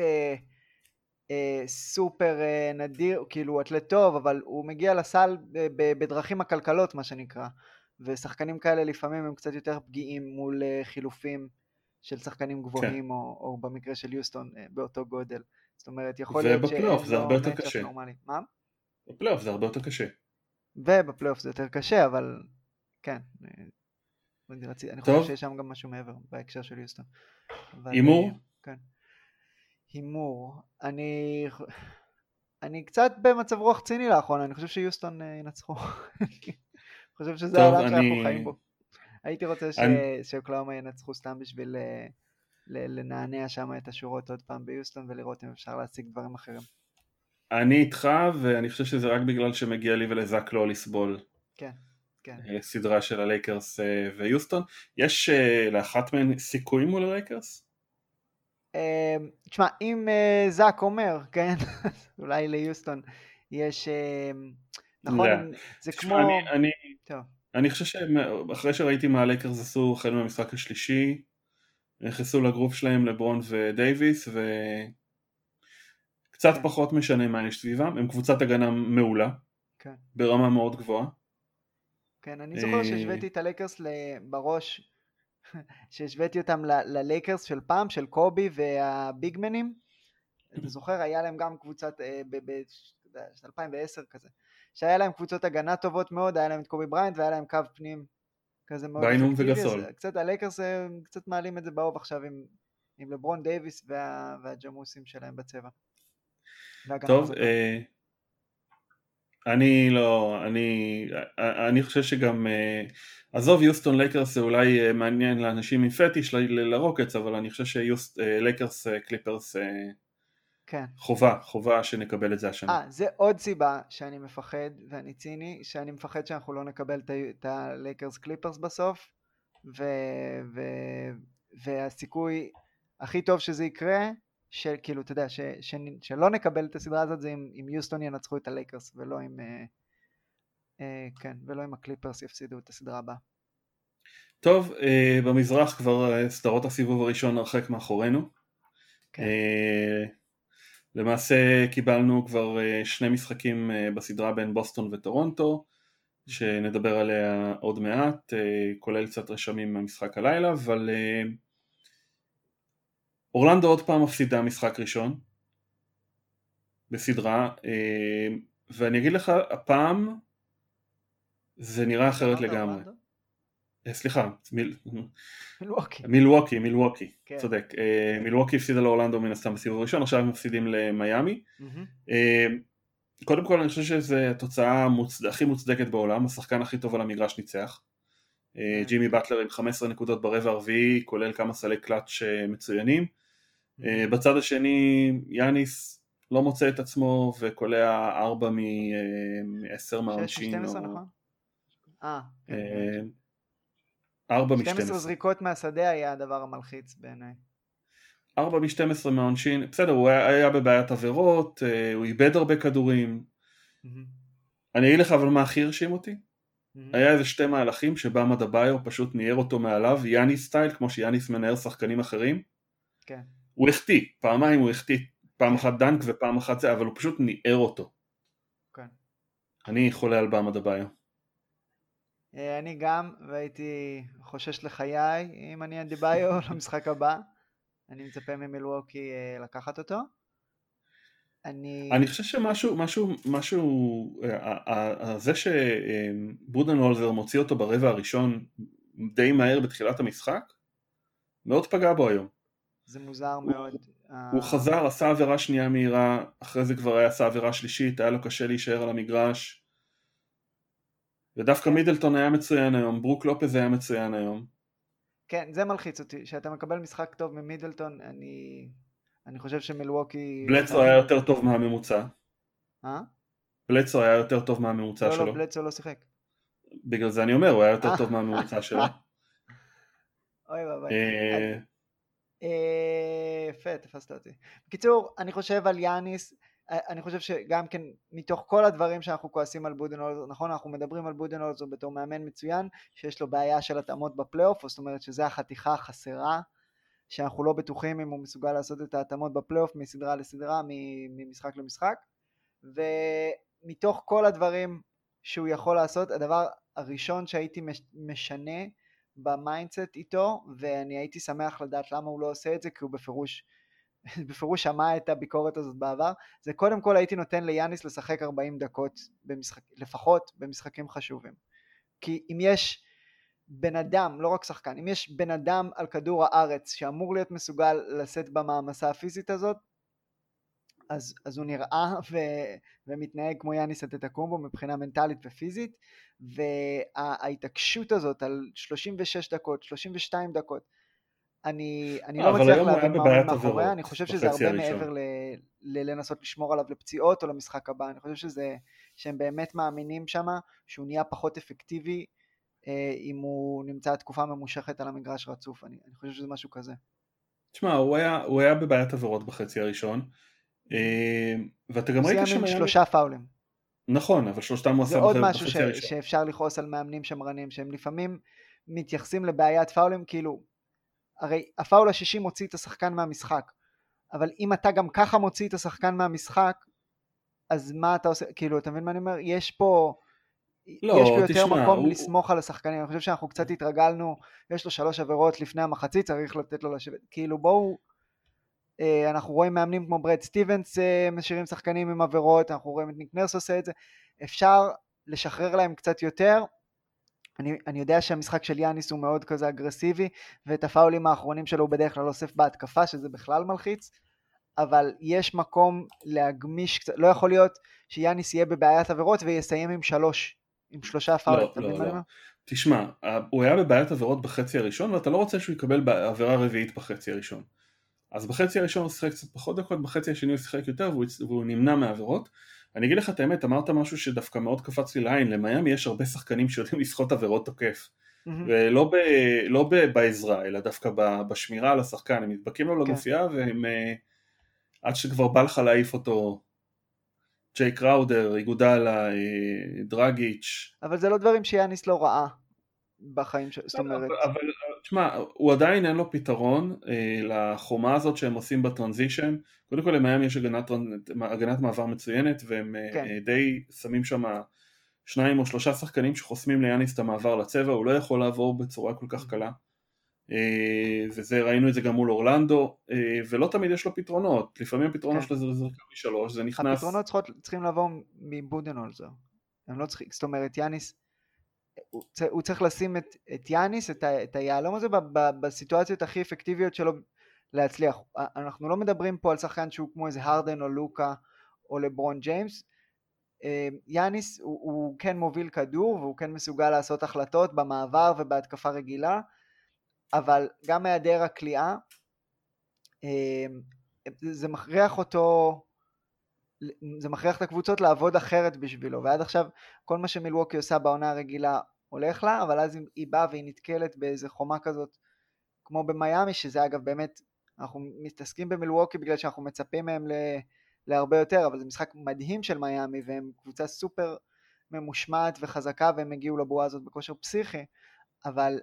סופר נדיר, כאילו אתלט טוב, אבל הוא מגיע לסל בדרכים הכלכלות מה שנקרא, ושחקנים כאלה לפעמים הם קצת יותר פגיעים מול חילופים של שחקנים גבוהים, כן. או במקרה של יוסטון באותו גודל, זאת אומרת יכול להיות
ובפלייאוף זה הרבה יותר קשה.
נורמלי. מה?
בפלייאוף זה הרבה יותר קשה.
ובפלייאוף זה יותר קשה, אבל כן, אני חושב שיש שם גם משהו מעבר בהקשר של יוסטון.
הימור?
כן. הימור. אני קצת במצב רוח ציני לאחרונה, אני חושב שיוסטון ינצחו. אני חושב שזה העולם שאנחנו חיים בו. הייתי רוצה שאוקלאומה ינצחו סתם בשביל לנענע שם את השורות עוד פעם ביוסטון, ולראות אם אפשר להשיג דברים אחרים.
אני איתך, ואני חושב שזה רק בגלל שמגיע לי ולזק לא לסבול.
כן. כן.
סדרה של הלייקרס ויוסטון. יש לאחת מהן סיכוי מול הלייקרס?
תשמע, אם זק אומר, כן, אולי ליוסטון יש, נכון, זה כמו...
אני חושב שאחרי שראיתי מה הלייקרס עשו החל מהמשחק השלישי, נכנסו לגרוף שלהם לברון ודייביס, וקצת פחות משנה מה יש סביבם, הם קבוצת הגנה מעולה, ברמה מאוד גבוהה. כן,
אני זוכר שהשוויתי את הלייקרס בראש, שהשוויתי אותם ללייקרס של פעם, של קובי והביגמנים. אתה זוכר, היה להם גם קבוצת, ב-2010 כזה, שהיה להם קבוצות הגנה טובות מאוד, היה להם את קובי בריינט, והיה להם קו פנים כזה מאוד
ביינום וגסול.
קצת הלייקרס קצת מעלים את זה באוב עכשיו עם לברון דייביס והג'מוסים שלהם בצבע.
טוב, אני חושב שגם, עזוב יוסטון לייקרס זה אולי מעניין לאנשים עם פטיש לרוקץ, אבל אני חושב שלייקרס קליפרס חובה שנקבל את זה השנה.
זה עוד סיבה שאני מפחד, ואני ציני, שאני מפחד שאנחנו לא נקבל את הלייקרס קליפרס בסוף, והסיכוי הכי טוב שזה יקרה, כאילו אתה יודע, שלא נקבל את הסדרה הזאת, זה אם יוסטון ינצחו את הלייקרס, ולא עם הקליפרס יפסידו את הסדרה הבאה.
טוב, במזרח כבר סדרות הסיבוב הראשון הרחק מאחורינו. כן. למעשה קיבלנו כבר 2 משחקים בסדרה בין בוסטון וטורונטו, שנדבר עליה עוד מעט, כולל קצת רשמים מהמשחק הלילה, אבל אורלנדו עוד פעם מפסידה משחק ראשון בסדרה, ואני אגיד לך, הפעם זה נראה אחרת לגמרי. סליחה, מילווקי, צודק. מילווקי הפסידה לאורלנדו מן הסתם בסיבוב הראשון, עכשיו הם מפסידים למיאמי. קודם כל אני חושב שזו התוצאה הכי מוצדקת בעולם, השחקן הכי טוב על המגרש ניצח. ג'ימי באטלר עם 15 נקודות ברבע הרביעי, כולל כמה סלי קלאץ' מצוינים. בצד השני יאניס לא מוצא את עצמו וקולע 4 מ-10 מהעונשין.
6 מ-12 נכון?
4 מ-12.
12 זריקות מהשדה היה הדבר המלחיץ בעיניי.
4 מ-12 מהעונשין, בסדר, הוא היה בבעיית עבירות, הוא איבד הרבה כדורים. אני אגיד לך אבל מה הכי הרשים אותי? היה איזה 2 מהלכים שבא מדביו פשוט ניער אותו מעליו, יאניס סטייל, כמו שיאניס מנער שחקנים אחרים.
כן.
הוא החטיא, פעמיים הוא החטיא, פעם אחת דנק ופעם אחת זה, אבל הוא פשוט ניער אותו.
כן.
אני חולה על בא מדביו.
אני גם, והייתי חושש לחיי אם אני אדיביו למשחק הבא. אני מצפה ממילווקי לקחת אותו.
אני חושב שמשהו, זה שבודנהולזר מוציא אותו ברבע הראשון די מהר בתחילת המשחק, מאוד פגע בו היום.
זה מוזר מאוד.
הוא חזר, עשה עבירה שנייה מהירה, אחרי זה כבר היה עשה עבירה שלישית, היה לו קשה להישאר על המגרש. ודווקא מידלטון היה מצוין היום, ברוק לופז היה מצוין היום.
כן, זה מלחיץ אותי, שאתה מקבל משחק טוב ממידלטון, אני חושב שמילווקי...
בלדסו היה יותר טוב מהממוצע. בלדסו היה יותר טוב מהממוצע שלו.
לא, בלדסו לא שיחק.
בגלל זה אני אומר, הוא היה יותר טוב מהממוצע שלו.
אוי בבית. יפה, תפסת אותי. בקיצור, אני חושב על יאניס, אני חושב שגם כן מתוך כל הדברים שאנחנו כועסים על בודנהולזר, נכון, אנחנו מדברים על בודנהולזר בתור מאמן מצוין, שיש לו בעיה של התאמות בפלייאוף, זאת אומרת שזה החתיכה החסרה, שאנחנו לא בטוחים אם הוא מסוגל לעשות את ההתאמות בפלייאוף מסדרה לסדרה, ממשחק למשחק, ומתוך כל הדברים שהוא יכול לעשות, הדבר הראשון שהייתי משנה במיינדסט איתו, ואני הייתי שמח לדעת למה הוא לא עושה את זה, כי הוא בפירוש שמע את הביקורת הזאת בעבר, זה קודם כל הייתי נותן ליאניס לשחק 40 דקות לפחות במשחקים חשובים. כי אם יש בן אדם, לא רק שחקן, אם יש בן אדם על כדור הארץ שאמור להיות מסוגל לשאת במעמסה הפיזית הזאת, אז הוא נראה ומתנהג כמו יאניס אנטטוקומפו מבחינה מנטלית ופיזית, וההתעקשות הזאת על 36 דקות, 32 דקות, אני לא מצליח להבין מה עומד מאחוריה, אני חושב שזה הרבה מעבר לנסות לשמור עליו לפציעות או למשחק הבא, אני חושב שהם באמת מאמינים שמה שהוא נהיה פחות אפקטיבי אם הוא נמצא תקופה ממושכת על המגרש רצוף, אני חושב שזה משהו כזה.
תשמע, הוא היה בבעיית עבירות בחצי הראשון, ואתה גם ראית
שם עם 3 פאולים.
נכון, אבל 3 הוא עשה
בחצי הראשון. זה עוד משהו שאפשר לכעוס על מאמנים שמרנים, שהם לפעמים מתייחסים לבעיית פאולים, כאילו, הרי הפאול ה-60 מוציא את השחקן מהמשחק, אבל אם אתה גם ככה מוציא את השחקן מהמשחק, אז מה אתה עושה? כאילו, אתה מבין מה אני אומר? יש פה יותר מקום לסמוך על השחקנים, אני חושב שאנחנו קצת התרגלנו, יש לו 3 עבירות לפני המחצית, צריך לתת לו לשבת, כאילו בואו, אנחנו רואים מאמנים כמו ברד סטיבנס משאירים שחקנים עם עבירות, אנחנו רואים את ניק נרס עושה את זה, אפשר לשחרר להם קצת יותר, אני יודע שהמשחק של יאניס הוא מאוד כזה אגרסיבי, ואת הפאולים האחרונים שלו הוא בדרך כלל אוסף בהתקפה, שזה בכלל מלחיץ, אבל יש מקום להגמיש קצת, לא יכול להיות שיאניס יהיה בבעיית עבירות ויסיים עם 3 פאולים.
לא. תשמע, הוא היה בבעיית עבירות בחצי הראשון, ואתה לא רוצה שהוא יקבל עבירה רביעית בחצי הראשון. אז בחצי הראשון הוא שיחק קצת פחות דקות, בחצי השני הוא שיחק יותר, והוא נמנע מעבירות. אני אגיד לך את האמת, אמרת משהו שדווקא מאוד קפץ לי לעין, למיאמי יש הרבה שחקנים שיודעים לסחוט עבירות תוקף, ולא בעזרה, אלא דווקא בשמירה על השחקן, הם מתבקים לו לגופייה, והם עד שכבר בא לך להעיף אותו, ג'ייק ראודר, איגודלה, דרגיץ'.
אבל זה לא דברים שיאניס לא ראה בחיים, זאת אומרת.
אבל תשמע, הוא עדיין אין לו פתרון לחומה הזאת שהם עושים בטרנזישן. קודם כל למיאמי יש הגנת מעבר מצוינת, והם די שמים שם 2 או 3 שחקנים שחוסמים ליאניס את המעבר לצבע, הוא לא יכול לעבור בצורה כל כך קלה. וזה ראינו את זה גם מול אורלנדו, ולא תמיד יש לו פתרונות, לפעמים הפתרונות שלו זה זריקה משלוש, זה נכנס...
הפתרונות צריכים לבוא מבודנהולזר, הם לא צריכים, זאת אומרת יאניס, הוא צריך לשים את יאניס, את היעלום הזה בסיטואציות הכי אפקטיביות שלו להצליח. אנחנו לא מדברים פה על שחקן שהוא כמו איזה הרדן או לוקה או לברון ג'יימס. יאניס הוא כן מוביל כדור והוא כן מסוגל לעשות החלטות במעבר ובהתקפה רגילה, אבל גם מהיעדר הקליעה זה מכריח אותו, זה מכריח את הקבוצות לעבוד אחרת בשבילו, ועד עכשיו כל מה שמילווקי עושה בעונה הרגילה הולך לה, אבל אז היא באה והיא נתקלת באיזה חומה כזאת כמו במיימי, שזה אגב באמת, אנחנו מתעסקים במילווקי בגלל שאנחנו מצפים מהם להרבה יותר, אבל זה משחק מדהים של מיימי, והם קבוצה סופר ממושמעת וחזקה, והם הגיעו לבועה הזאת בכושר פסיכי, אבל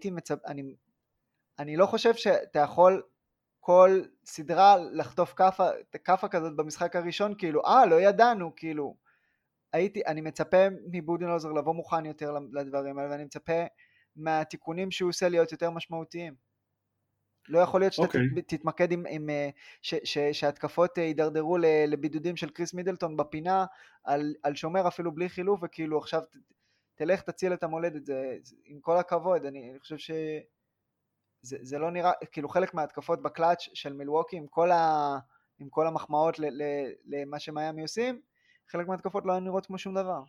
אני לא חושב שאתה יכול כל סדרה לחטוף כפה כזאת במשחק הראשון, כאילו, לא ידענו, כאילו, אני מצפה מבודנהולזר לבוא מוכן יותר לדברים האלה, ואני מצפה מהתיקונים שהוא עושה להיות יותר משמעותיים. לא יכול להיות שאתה תתמקד שהתקפות יידרדרו לבידודים של קריס מידלטון בפינה, על שומר אפילו בלי חילוף, וכאילו עכשיו תלך תציל את המולדת, עם כל הכבוד, אני חושב זה לא נראה, כאילו חלק מההתקפות בקלאץ' של מילווקי, עם כל המחמאות למה שמיימי עושים, חלק מההתקפות לא נראות כמו שום דבר.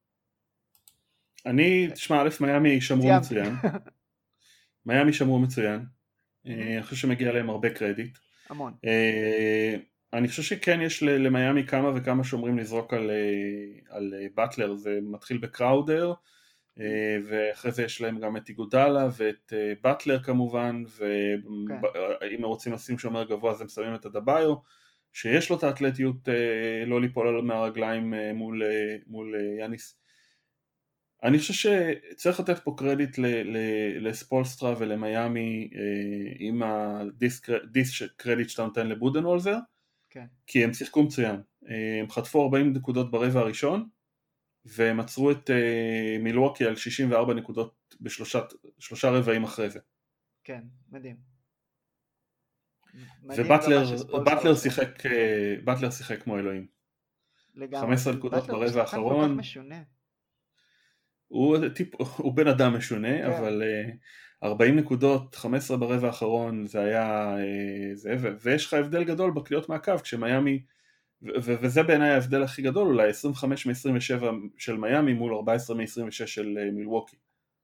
תשמע, א', מיימי שמרו מצוין. מיימי שמרו מצוין. אני חושב שמגיע להם הרבה קרדיט.
המון.
אני חושב שכן יש למיימי כמה וכמה שומרים לזרוק על באטלר, זה מתחיל בקראודר, ואחרי זה יש להם גם את איגודלה ואת באטלר כמובן, ואם רוצים לשים שומר גבוה אז הם שמים את הדביו, שיש לו את האתלטיות לא ליפול מהרגליים מול יאניס. אני חושב שצריך לתת פה קרדיט לספולסטרה ולמיימי עם הדיסק קרדיט שאתה נותן לבודנהולזר, כי הם שיחקו מצוין. הם חטפו 40 נקודות ברבע הראשון, והם עצרו את מילווקי על 64 נקודות בשלושה רבעים אחרי זה.
כן, מדהים.
ובטלר שיחק כמו אלוהים. 15 נקודות ברבע האחרון.
כל כך משונה.
הוא בן אדם משונה, אבל 40 נקודות, 15 ברבע האחרון, זה היה זה, ויש לך הבדל גדול בקליעות מהקו, כשמיימי, וזה בעיניי ההבדל הכי גדול, אולי 25 מ-27 של מיימי מול 14 מ-26 של מילווקי.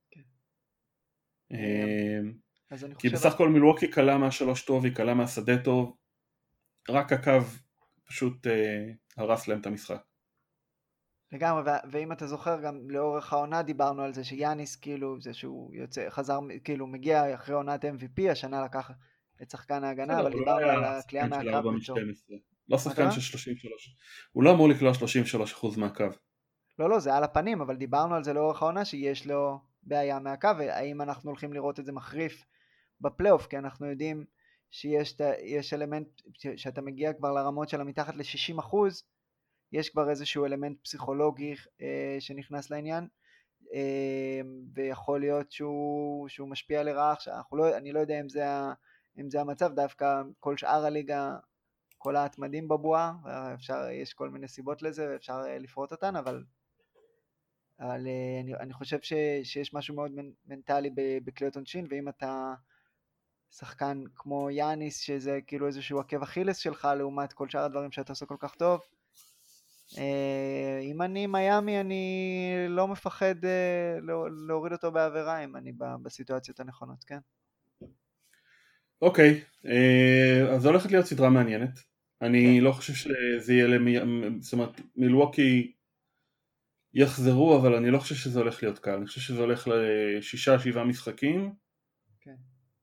כי בסך הכל מילווקי קלה מהשלוש טוב, היא קלה מהשדה טוב, רק הקו פשוט הרס להם את המשחק.
לגמרי, ואם אתה זוכר גם לאורך העונה דיברנו על זה שיאניס כאילו זה שהוא חזר, כאילו מגיע אחרי עונת MVP, השנה לקח את שחקן ההגנה, אבל דיברנו על הקליעה מהקו בתור.
לא שחקן של 33, הוא לא אמור לקלוע 33% מהקו.
לא, זה על הפנים, אבל דיברנו על זה לאורך העונה שיש לו בעיה מהקו, והאם אנחנו הולכים לראות את זה מחריף בפלייאוף, כי אנחנו יודעים שיש אלמנט שאתה מגיע כבר לרמות של מתחת ל-60%, יש כבר איזשהו אלמנט פסיכולוגי שנכנס לעניין, ויכול להיות שהוא משפיע לרעה עכשיו. אני לא יודע אם זה המצב, דווקא כל שאר הליגה, כל ההתמדים בבועה, יש כל מיני סיבות לזה, ואפשר לפרוט אותן, אבל אני חושב שיש משהו מאוד מנטלי בקליעות עונשין, ואם אתה שחקן כמו יאניס, שזה כאילו איזשהו עקב אכילס שלך, לעומת כל שאר הדברים שאתה עושה כל כך טוב, אם אני מיימי, אני לא מפחד להוריד אותו בעבירה, אם אני בסיטואציות הנכונות, כן?
אוקיי, אז זו הולכת להיות סדרה מעניינת. אני לא חושב שזה יהיה זאת אומרת, מילווקי יחזרו, אבל אני לא חושב שזה הולך להיות קל. אני חושב שזה הולך ל6-7 משחקים.
כן.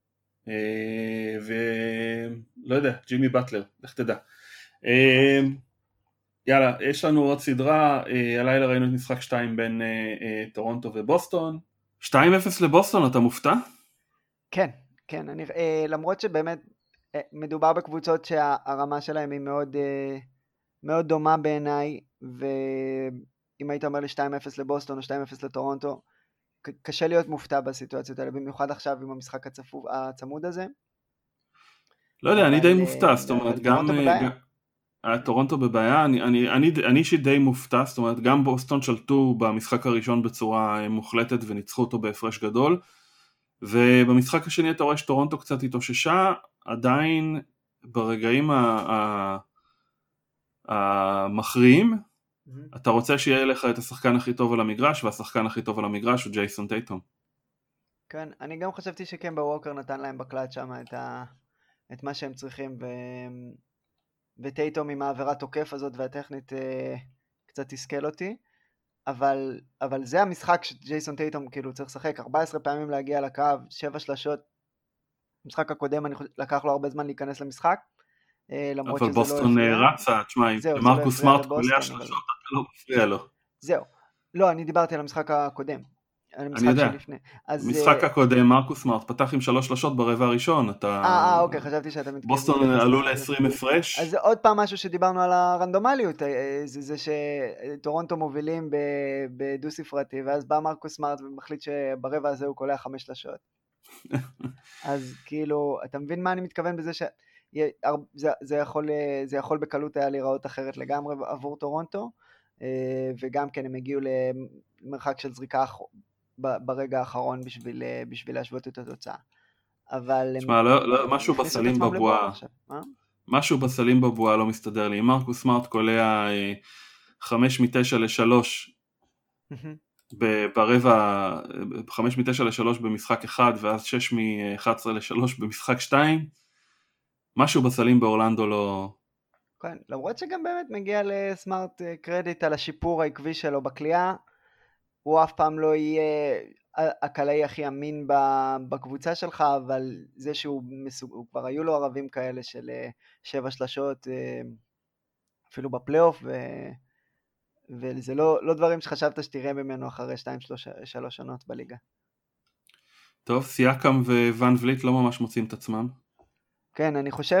ולא יודע, ג'ימי באטלר, לך תדע. יאללה, יש לנו עוד סדרה, הלילה ראינו את משחק 2 בין טורונטו ובוסטון. 2-0 לבוסטון, אתה מופתע?
כן, למרות שבאמת מדובר בקבוצות שהרמה שלהם היא מאוד, מאוד דומה בעיניי, ואם היית אומר לי 2-0 לבוסטון או 2-0 לטורונטו, קשה להיות מופתע בסיטואציות האלה, במיוחד עכשיו עם המשחק הצמוד הזה.
לא יודע, אני די מופתע, זאת אומרת, גם
טורונטו בבעיה.
טורונטו בבעיה, אני אישית די מופתע, זאת אומרת, גם בוסטון שלטו במשחק הראשון בצורה מוחלטת וניצחו אותו בהפרש גדול, ובמשחק השני אתה רואה שטורונטו קצת התאוששה, עדיין ברגעים המכריעים, אתה רוצה שיהיה לך את השחקן הכי טוב על המגרש, והשחקן הכי טוב על המגרש הוא ג'ייסון טייטום.
כן, אני גם חשבתי שקמבה ווקר נתן להם בקלט שם את מה שהם צריכים, וטייטום עם העבירה תוקף הזאת והטכנית קצת תסכל אותי, אבל זה המשחק שג'ייסון טייטום כאילו צריך לשחק 14 פעמים להגיע לקו, 7 שלשות. המשחק הקודם לקח לו הרבה זמן להיכנס למשחק, למרות שזה לא הפריע. אבל
בוסטון רצה, תשמע, אם מרקוס סמארט קולע שלשות, אתה לא מפריע לו.
זהו. לא, אני דיברתי על המשחק הקודם.
אני יודע, המשחק הקודם מרקוס סמארט פתח עם 3 שלשות ברבע הראשון.
אוקיי, חשבתי שאתה מתכוון.
בוסטון עלו ל-20 הפרש.
אז עוד פעם משהו שדיברנו על הרנדומליות, זה שטורונטו מובילים בדו ספרתי, ואז בא מרקוס סמארט ומחליט שברבע הזה הוא קולע 5 שלשות. אז כאילו, אתה מבין מה אני מתכוון בזה שזה יכול בקלות היה להיראות אחרת לגמרי עבור טורונטו, וגם כן הם הגיעו למרחק של זריקה ברגע האחרון בשביל להשוות את התוצאה. אבל
תשמע, משהו בסלים בבועה, משהו בסלים בבועה לא מסתדר לי. מרקוס סמארט קולע 5 מ-9 ל-3 ברבע, 5 מ-9 ל-3 במשחק 1, ואז 6 מ-11 ל-3 במשחק 2. משהו בסלים באורלנדו לא...
כן, למרות שגם באמת מגיע לסמארט קרדיט על השיפור העקבי שלו בקליעה, הוא אף פעם לא יהיה הקלעי הכי אמין בקבוצה שלך, אבל זה שהוא כבר היו לו ערבים כאלה של 7 שלשות, אפילו בפלייאוף, וזה לא דברים שחשבת שתראה ממנו אחרי 2-3 שנות בליגה.
טוב, סייקם וואן וליט לא ממש מוצאים את עצמם.
כן, אני חושב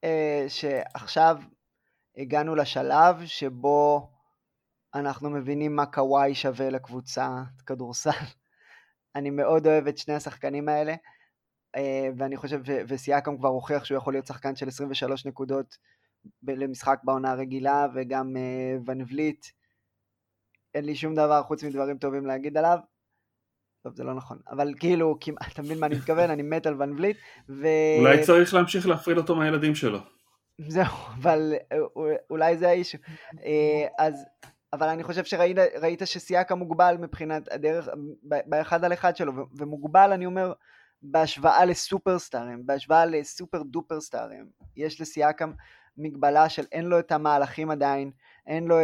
שעכשיו הגענו לשלב שבו אנחנו מבינים מה קוואי שווה לקבוצה כדורסל. אני מאוד אוהב את שני השחקנים האלה, ואני חושב, וסייקם כבר הוכיח שהוא יכול להיות שחקן של 23 נקודות למשחק בעונה הרגילה, וגם ואן וליט, אין לי שום דבר חוץ מדברים טובים להגיד עליו. טוב, זה לא נכון, אבל כאילו, אתה מבין מה אני מתכוון, אני מת על ואן וליט,
אולי צריך להמשיך להפריד אותו מהילדים שלו.
זהו, אבל אולי זה האישו. אבל אני חושב שראית שסייקה מוגבל מבחינת הדרך, באחד על אחד שלו, ומוגבל אני אומר, בהשוואה לסופרסטארים, בהשוואה לסופר דופר סטארים, יש לסייקה מגבלה של אין לו את המהלכים עדיין, אין לו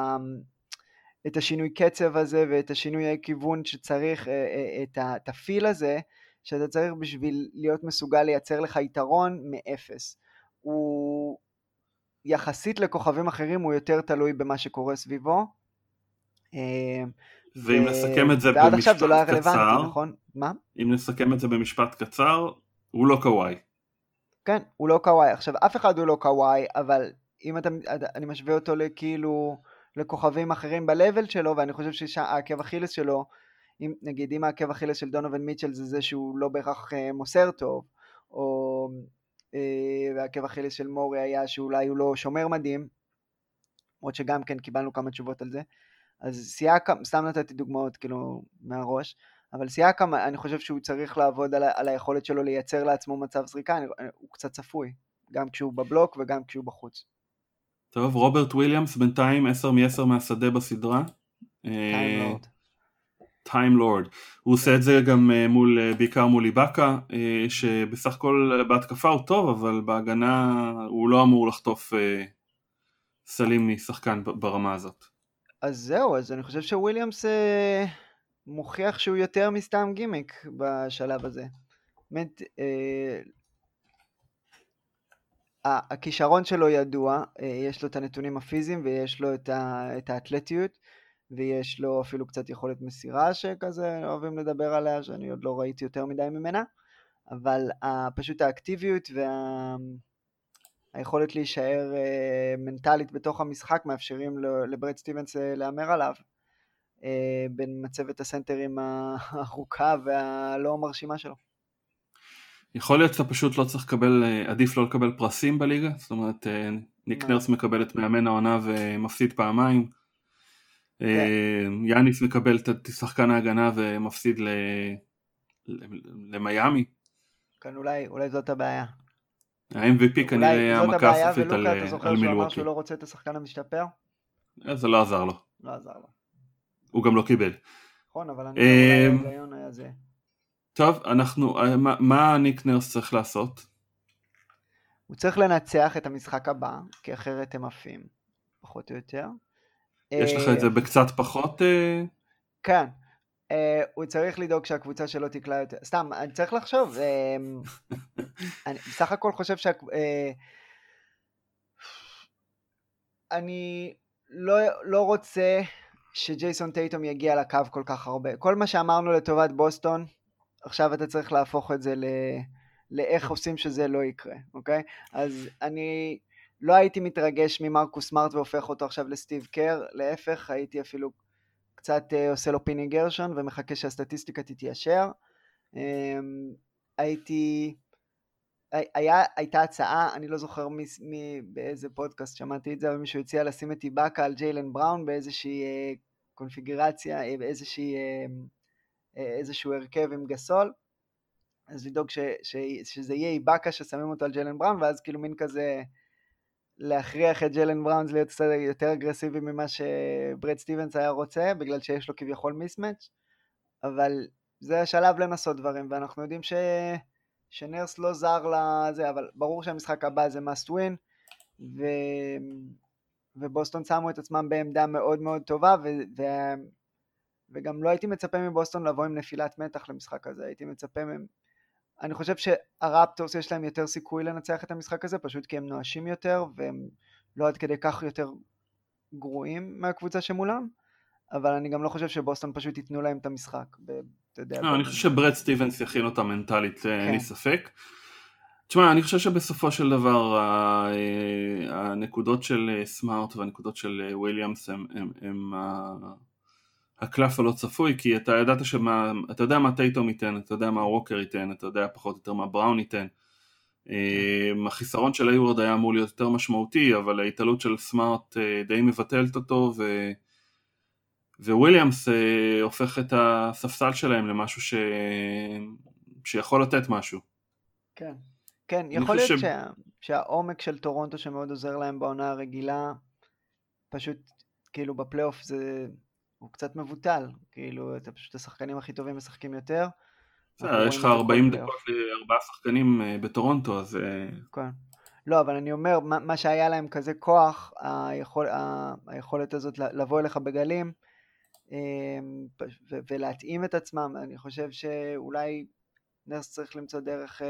את השינוי קצב הזה, ואת השינוי הכיוון שצריך, את הפיל הזה, שאתה צריך בשביל להיות מסוגל לייצר לך יתרון מאפס. הוא יחסית לכוכבים אחרים, הוא יותר תלוי במה שקורה סביבו.
ואם נסכם את זה במשפט קצר,
נכון? מה?
אם נסכם את זה במשפט קצר, הוא לא קוואי.
כן, הוא לא קוואי. עכשיו, אף אחד הוא לא קוואי, אבל אם אני משווה אותו לכאילו לכוכבים אחרים בלבל שלו, ואני חושב שהעקב אכילס שלו, נגיד אם העקב אכילס של דונובין מיטשל זה שהוא לא בהכרח מוסר טוב, או והעקב אכילס של מורי היה שאולי הוא לא שומר מדהים, עוד שגם כן קיבלנו כמה תשובות על זה. אז סייקם, סתם נתתי דוגמאות כאילו מהראש, אבל סייקם אני חושב שהוא צריך לעבוד על היכולת שלו לייצר לעצמו מצב זריקה, הוא קצת צפוי, גם כשהוא בבלוק וגם כשהוא בחוץ.
טוב, רוברט וויליאמס בינתיים 10 מ-10 מהשדה בסדרה. טיים לורד. הוא עושה את זה גם בעיקר מול איבאקה, שבסך הכל בהתקפה הוא טוב, אבל בהגנה הוא לא אמור לחטוף סלים משחקן ברמה הזאת.
אז זהו, אז אני חושב שוויליאמס מוכיח שהוא יותר מסתם גימיק בשלב הזה. באמת, הכישרון שלו ידוע, יש לו את הנתונים הפיזיים ויש לו את האתלטיות, ויש לו אפילו קצת יכולת מסירה שכזה אוהבים לדבר עליה, שאני עוד לא ראיתי יותר מדי ממנה, אבל פשוט האקטיביות והיכולת להישאר מנטלית בתוך המשחק מאפשרים לברד סטיבנס לאמר עליו, בין מצבת הסנטרים הארוכה והלא מרשימה שלו.
יכול להיות שאתה פשוט לא צריך לקבל, עדיף לא לקבל פרסים בליגה, זאת אומרת ניק נרס מקבל את מאמן העונה ומפסיד פעמיים, יאניס מקבל את שחקן ההגנה ומפסיד למיימי.
כאן אולי זאת הבעיה.
ה-MVP כנראה היה מכה סופית על
מילווקי. אתה זוכר שהוא אמר שהוא לא רוצה את השחקן המשתפר?
זה לא עזר לו.
לא עזר לו.
הוא גם לא קיבל.
נכון, אבל אני אולי ההיגיון היה זה.
טוב, מה ניק נרס צריך לעשות?
הוא צריך לנצח את המשחק הבא, כי אחרת הם עפים, פחות או יותר.
יש לך את זה בקצת פחות?
כן. הוא צריך לדאוג שהקבוצה שלו תקלה יותר. סתם, אני צריך לחשוב. אני בסך הכל חושב אני לא רוצה שג'ייסון טייטום יגיע לקו כל כך הרבה. כל מה שאמרנו לטובת בוסטון, עכשיו אתה צריך להפוך את זה לאיך עושים שזה לא יקרה, אוקיי? אז אני לא הייתי מתרגש ממרקוס סמארט והופך אותו עכשיו לסטיב קר, להפך, הייתי אפילו קצת עושה לו פיני גרשון ומחכה שהסטטיסטיקה תתיישר. הייתה הצעה, אני לא זוכר באיזה פודקאסט שמעתי את זה, אבל מישהו הציע לשים את איבאקה על ג'יילן בראון באיזושהי קונפיגרציה, איזשהו הרכב עם גסול, אז לדאוג שזה יהיה איבאקה ששמים אותו על ג'יילן בראון, ואז כאילו מין כזה להכריח את ג'יילן בראון להיות יותר אגרסיבי ממה שברד סטיבנס היה רוצה, בגלל שיש לו כביכול מיסמץ', אבל זה השלב לנסות דברים, ואנחנו יודעים שנרס לא זר לזה, אבל ברור שהמשחק הבא זה must win, ובוסטון שמו את עצמם בעמדה מאוד מאוד טובה, וגם לא הייתי מצפה מבוסטון לבוא עם נפילת מתח למשחק הזה, הייתי מצפה מהם, אני חושב שהרפטורס יש להם יותר סיכוי לנצח את המשחק הזה, פשוט כי הם נואשים יותר, והם לא עד כדי כך יותר גרועים מהקבוצה שמולם, אבל אני גם לא חושב שבוסטון פשוט ייתנו להם את המשחק.
אני חושב שברד סטיבנס יכין אותה מנטלית, אין לי ספק. תשמע, אני חושב שבסופו של דבר הנקודות של סמארט והנקודות של וויליאמס הם הקלף הלא צפוי, כי אתה יודע מה טייטום ייתן, אתה יודע מה ווקר ייתן, אתה יודע פחות או יותר מה בראון ייתן. החיסרון של היורד היה אמור להיות יותר משמעותי, אבל ההתעלות של סמארט די מבטלת אותו, וויליאמס הופך את הספסל שלהם למשהו שיכול לתת משהו.
כן, כן, יכול להיות שהעומק של טורונטו שמאוד עוזר להם בעונה הרגילה, פשוט כאילו בפלייאוף הוא קצת מבוטל, כאילו אתה פשוט השחקנים הכי טובים משחקים יותר.
יש לך 40 דקות ל4 שחקנים בטורונטו, אז...
כן. לא, אבל אני אומר, מה שהיה להם כזה כוח, היכולת הזאת לבוא אליך בגלים, ולהתאים את עצמם, אני חושב שאולי נרס צריך למצוא דרך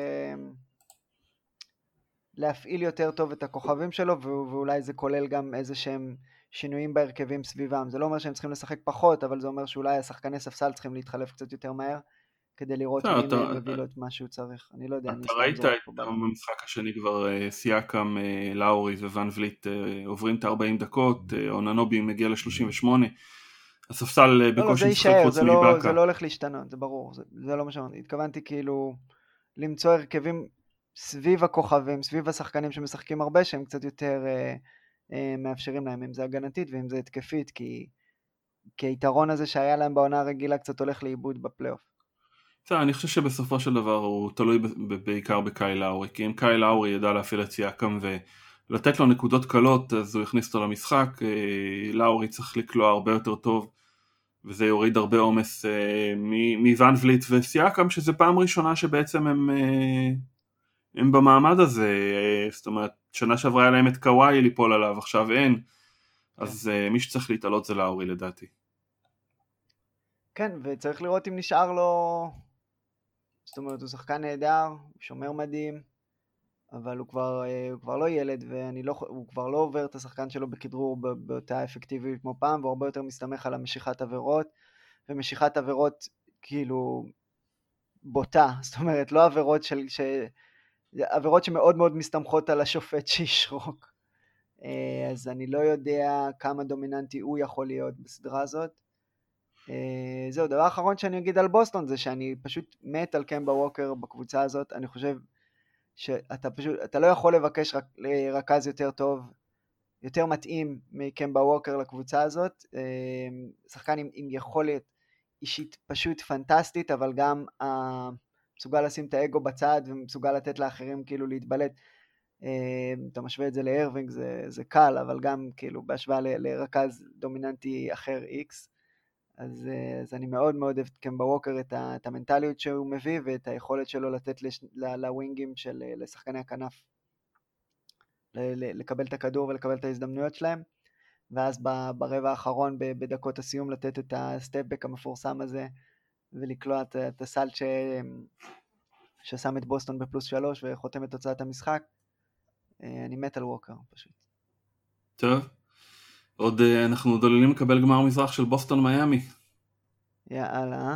להפעיל יותר טוב את הכוכבים שלו, ואולי זה כולל גם איזה שהם שינויים בהרכבים סביבם. זה לא אומר שהם צריכים לשחק פחות, אבל זה אומר שאולי השחקני ספסל צריכים להתחלף קצת יותר מהר, כדי לראות מי מהם מביא לו את מה שהוא צריך. אני לא יודע.
אתה ראית במשחק השני כבר סייקם, לאורי וואן וליט עוברים את 40 דקות, אוננובי מגיע ל-38, הספסל בקושי משחק חוץ מבאקה.
זה לא הולך להשתנות, זה ברור, זה לא מה שאמרתי. התכוונתי כאילו למצוא הרכבים סביב הכוכבים, סביב השחקנים שמשחקים הרבה, שהם קצת יותר מאפשרים להם, אם זה הגנתית ואם זה התקפית, כי היתרון הזה שהיה להם בעונה הרגילה קצת הולך לאיבוד בפלייאוף.
אני חושב שבסופו של דבר הוא תלוי בעיקר בקאי לאורי, כי אם קאי לאורי ידע להפעיל את סייקם ולתת לו נקודות קלות, אז הוא יכניס אותו למשחק. לאורי צריך לקלוע הרבה יותר טוב, וזה יוריד הרבה עומס מוואן וליט וסייקם, שזה פעם ראשונה שבעצם הם במעמד הזה. זאת אומרת, שנה שעברה היה להם את קוואי ליפול עליו, עכשיו אין, אז מי שצריך להתעלות זה לאורי לדעתי.
כן, וצריך לראות אם נשאר לו, זאת אומרת, הוא שחקן נהדר, הוא שומר מדהים, אבל הוא כבר לא ילד, והוא כבר לא עובר את השחקן שלו בכדרור באותה אפקטיביות כמו פעם, והוא הרבה יותר מסתמך על המשיכת עבירות, ומשיכת עבירות כאילו בוטה, זאת אומרת, לא עבירות שמאוד מאוד מסתמכות על השופט שישרוק. אז אני לא יודע כמה דומיננטי הוא יכול להיות בסדרה הזאת. זהו, דבר אחרון שאני אגיד על בוסטון זה שאני פשוט מת על קמבה ווקר בקבוצה הזאת. אני חושב שאתה פשוט, אתה לא יכול לבקש רכז יותר טוב, יותר מתאים מקמבה ווקר לקבוצה הזאת. שחקן עם יכולת אישית פשוט פנטסטית, אבל גם מסוגל לשים את האגו בצד ומסוגל לתת לאחרים כאילו להתבלט. אתה משווה את זה לארווינג, זה קל, אבל גם כאילו בהשוואה לרכז דומיננטי אחר X. אז אני מאוד מאוד אוהב את קמבה ווקר, את המנטליות שהוא מביא ואת היכולת שלו לתת לווינגים לשחקני הכנף לקבל את הכדור ולקבל את ההזדמנויות שלהם, ואז ברבע האחרון בדקות הסיום לתת את הסטפבק המפורסם הזה ולקלוע את הסלט ששם את בוסטון +3 וחותם את תוצאת המשחק. אני מת על ווקר פשוט.
טוב, עוד אנחנו דוללים לקבל גמר מזרח של בוסטון מיאמי.
יאללה.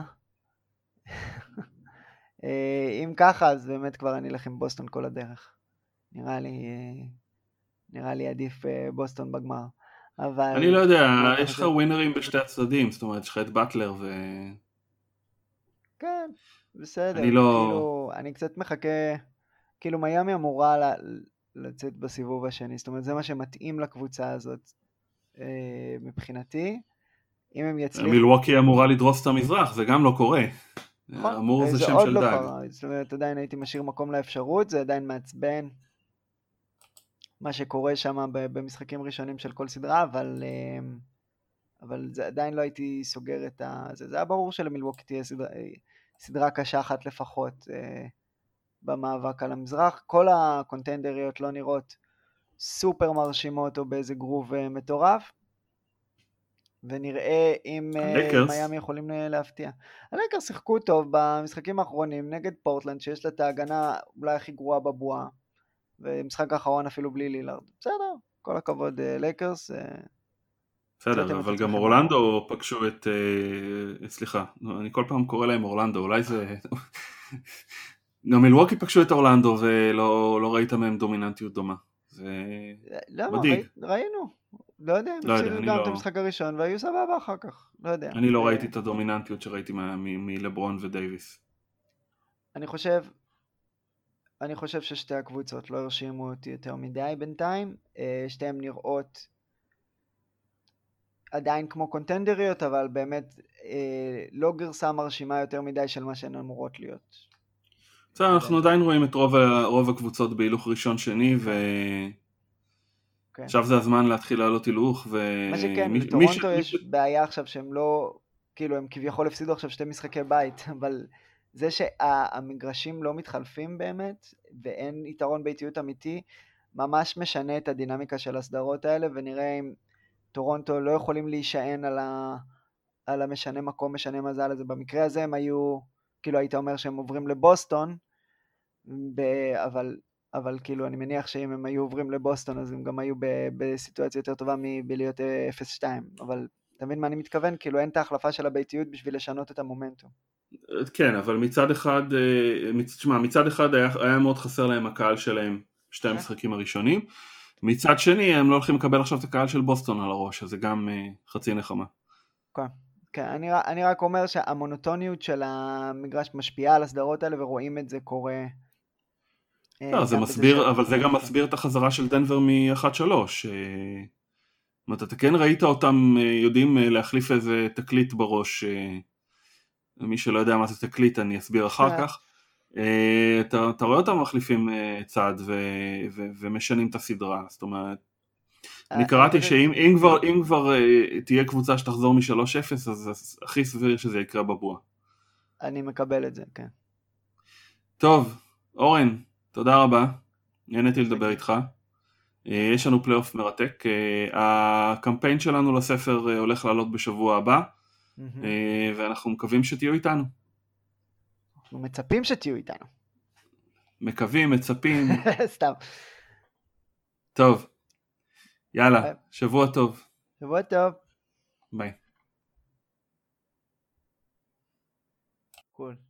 אם ככה, אז באמת כבר אני אלך עם בוסטון כל הדרך. נראה לי עדיף בוסטון בגמר. אבל
אני לא יודע, יש לך ווינרים בשתי הצדדים, זאת אומרת, יש לך את באטלר ו...
כן, בסדר.
אני לא...
כאילו, אני קצת מחכה, כאילו מיאמי אמורה לצאת בסיבוב השני, זאת אומרת, זה מה שמתאים לקבוצה הזאת מבחינתי. אם הם יצליחו...
מילווקי אמורה לדרוס את המזרח, זה גם לא קורה.
נכון,
אמור זה שם
עוד
של
לא
דג.
קרה, זאת אומרת, עדיין הייתי משאיר מקום לאפשרות, זה עדיין מעצבן מה שקורה שם במשחקים ראשונים של כל סדרה, אבל זה עדיין לא הייתי סוגר את זה. זה היה ברור שלמילווקי תהיה סדרה קשה אחת לפחות במאבק על המזרח. כל הקונטנדריות לא נראות סופר מרשימות או באיזה גרוב מטורף, ונראה אם מיאמי יכולים להפתיע. הלייקרס שיחקו טוב במשחקים האחרונים נגד פורטלנד, שיש לה את ההגנה אולי הכי גרועה בבועה, ומשחק האחרון אפילו בלי לילארד. בסדר, כל הכבוד לייקרס.
בסדר, אבל גם אורלנדו פגשו את... סליחה, אני כל פעם קורא להם אורלנדו, אולי זה... גם מילווקי פגשו את אורלנדו ולא ראית מהם דומיננטיות דומה. זה מדאיג.
ראינו. לא יודע, הם הפסידו גם את המשחק הראשון והיו סבבה אחר כך. לא יודע.
אני לא ראיתי את הדומיננטיות שראיתי מלברון ודייביס.
אני חושב ששתי הקבוצות לא הרשימו אותי יותר מדי בינתיים. שתיהן נראות עדיין כמו קונטנדריות, אבל באמת לא גרסה מרשימה יותר מדי של מה שהן אמורות להיות.
בסדר, אנחנו עדיין רואים את רוב הקבוצות בהילוך ראשון שני, עכשיו זה הזמן להתחיל לעלות הילוך.
מה שכן, בטורונטו יש בעיה עכשיו שהם לא, כאילו הם כביכול הפסידו עכשיו 2 משחקי בית, אבל זה שהמגרשים לא מתחלפים באמת, ואין יתרון ביתיות אמיתי, ממש משנה את הדינמיקה של הסדרות האלה, ונראה אם טורונטו לא יכולים להישען על המשנה מקום, משנה מזל הזה. במקרה הזה הם היו, כאילו היית אומר שהם עוברים לבוסטון, אבל כאילו אני מניח שאם הם היו עוברים לבוסטון, אז הם גם היו בסיטואציה יותר טובה מבלהיות 0-2, אבל אתה מבין מה אני מתכוון? כאילו אין את ההחלפה של הביתיות בשביל לשנות את המומנטום.
כן, אבל מצד אחד היה מאוד חסר להם הקהל שלהם שתי המשחקים הראשונים, מצד שני הם לא הולכים לקבל עכשיו את הקהל של בוסטון על הראש, אז זה גם חצי נחמה.
כן, אני רק אומר שהמונוטוניות של המגרש משפיעה על הסדרות האלה, ורואים את זה קורה.
זה מסביר, אבל זה גם מסביר את החזרה של דנבר מ-1-3. אתה כן ראית אותם יודעים להחליף איזה תקליט בראש, מי שלא יודע מה זה תקליט אני אסביר אחר כך. אתה רואה אותם מחליפים צעד ומשנים את הסדרה, זאת אומרת, אני קראתי שאם כבר תהיה קבוצה שתחזור מ-3-0, אז הכי סביר שזה יקרה בבועה.
אני מקבל את זה, כן.
טוב, אורן, תודה רבה, נהניתי לדבר איתך. יש לנו פלייאוף מרתק. הקמפיין שלנו לספר הולך לעלות בשבוע הבא, ואנחנו מקווים שתהיו איתנו.
אנחנו מצפים שתהיו איתנו.
מקווים, מצפים.
סתם.
טוב. יאללה, שבוע טוב.
שבוע טוב.
ביי.
קול.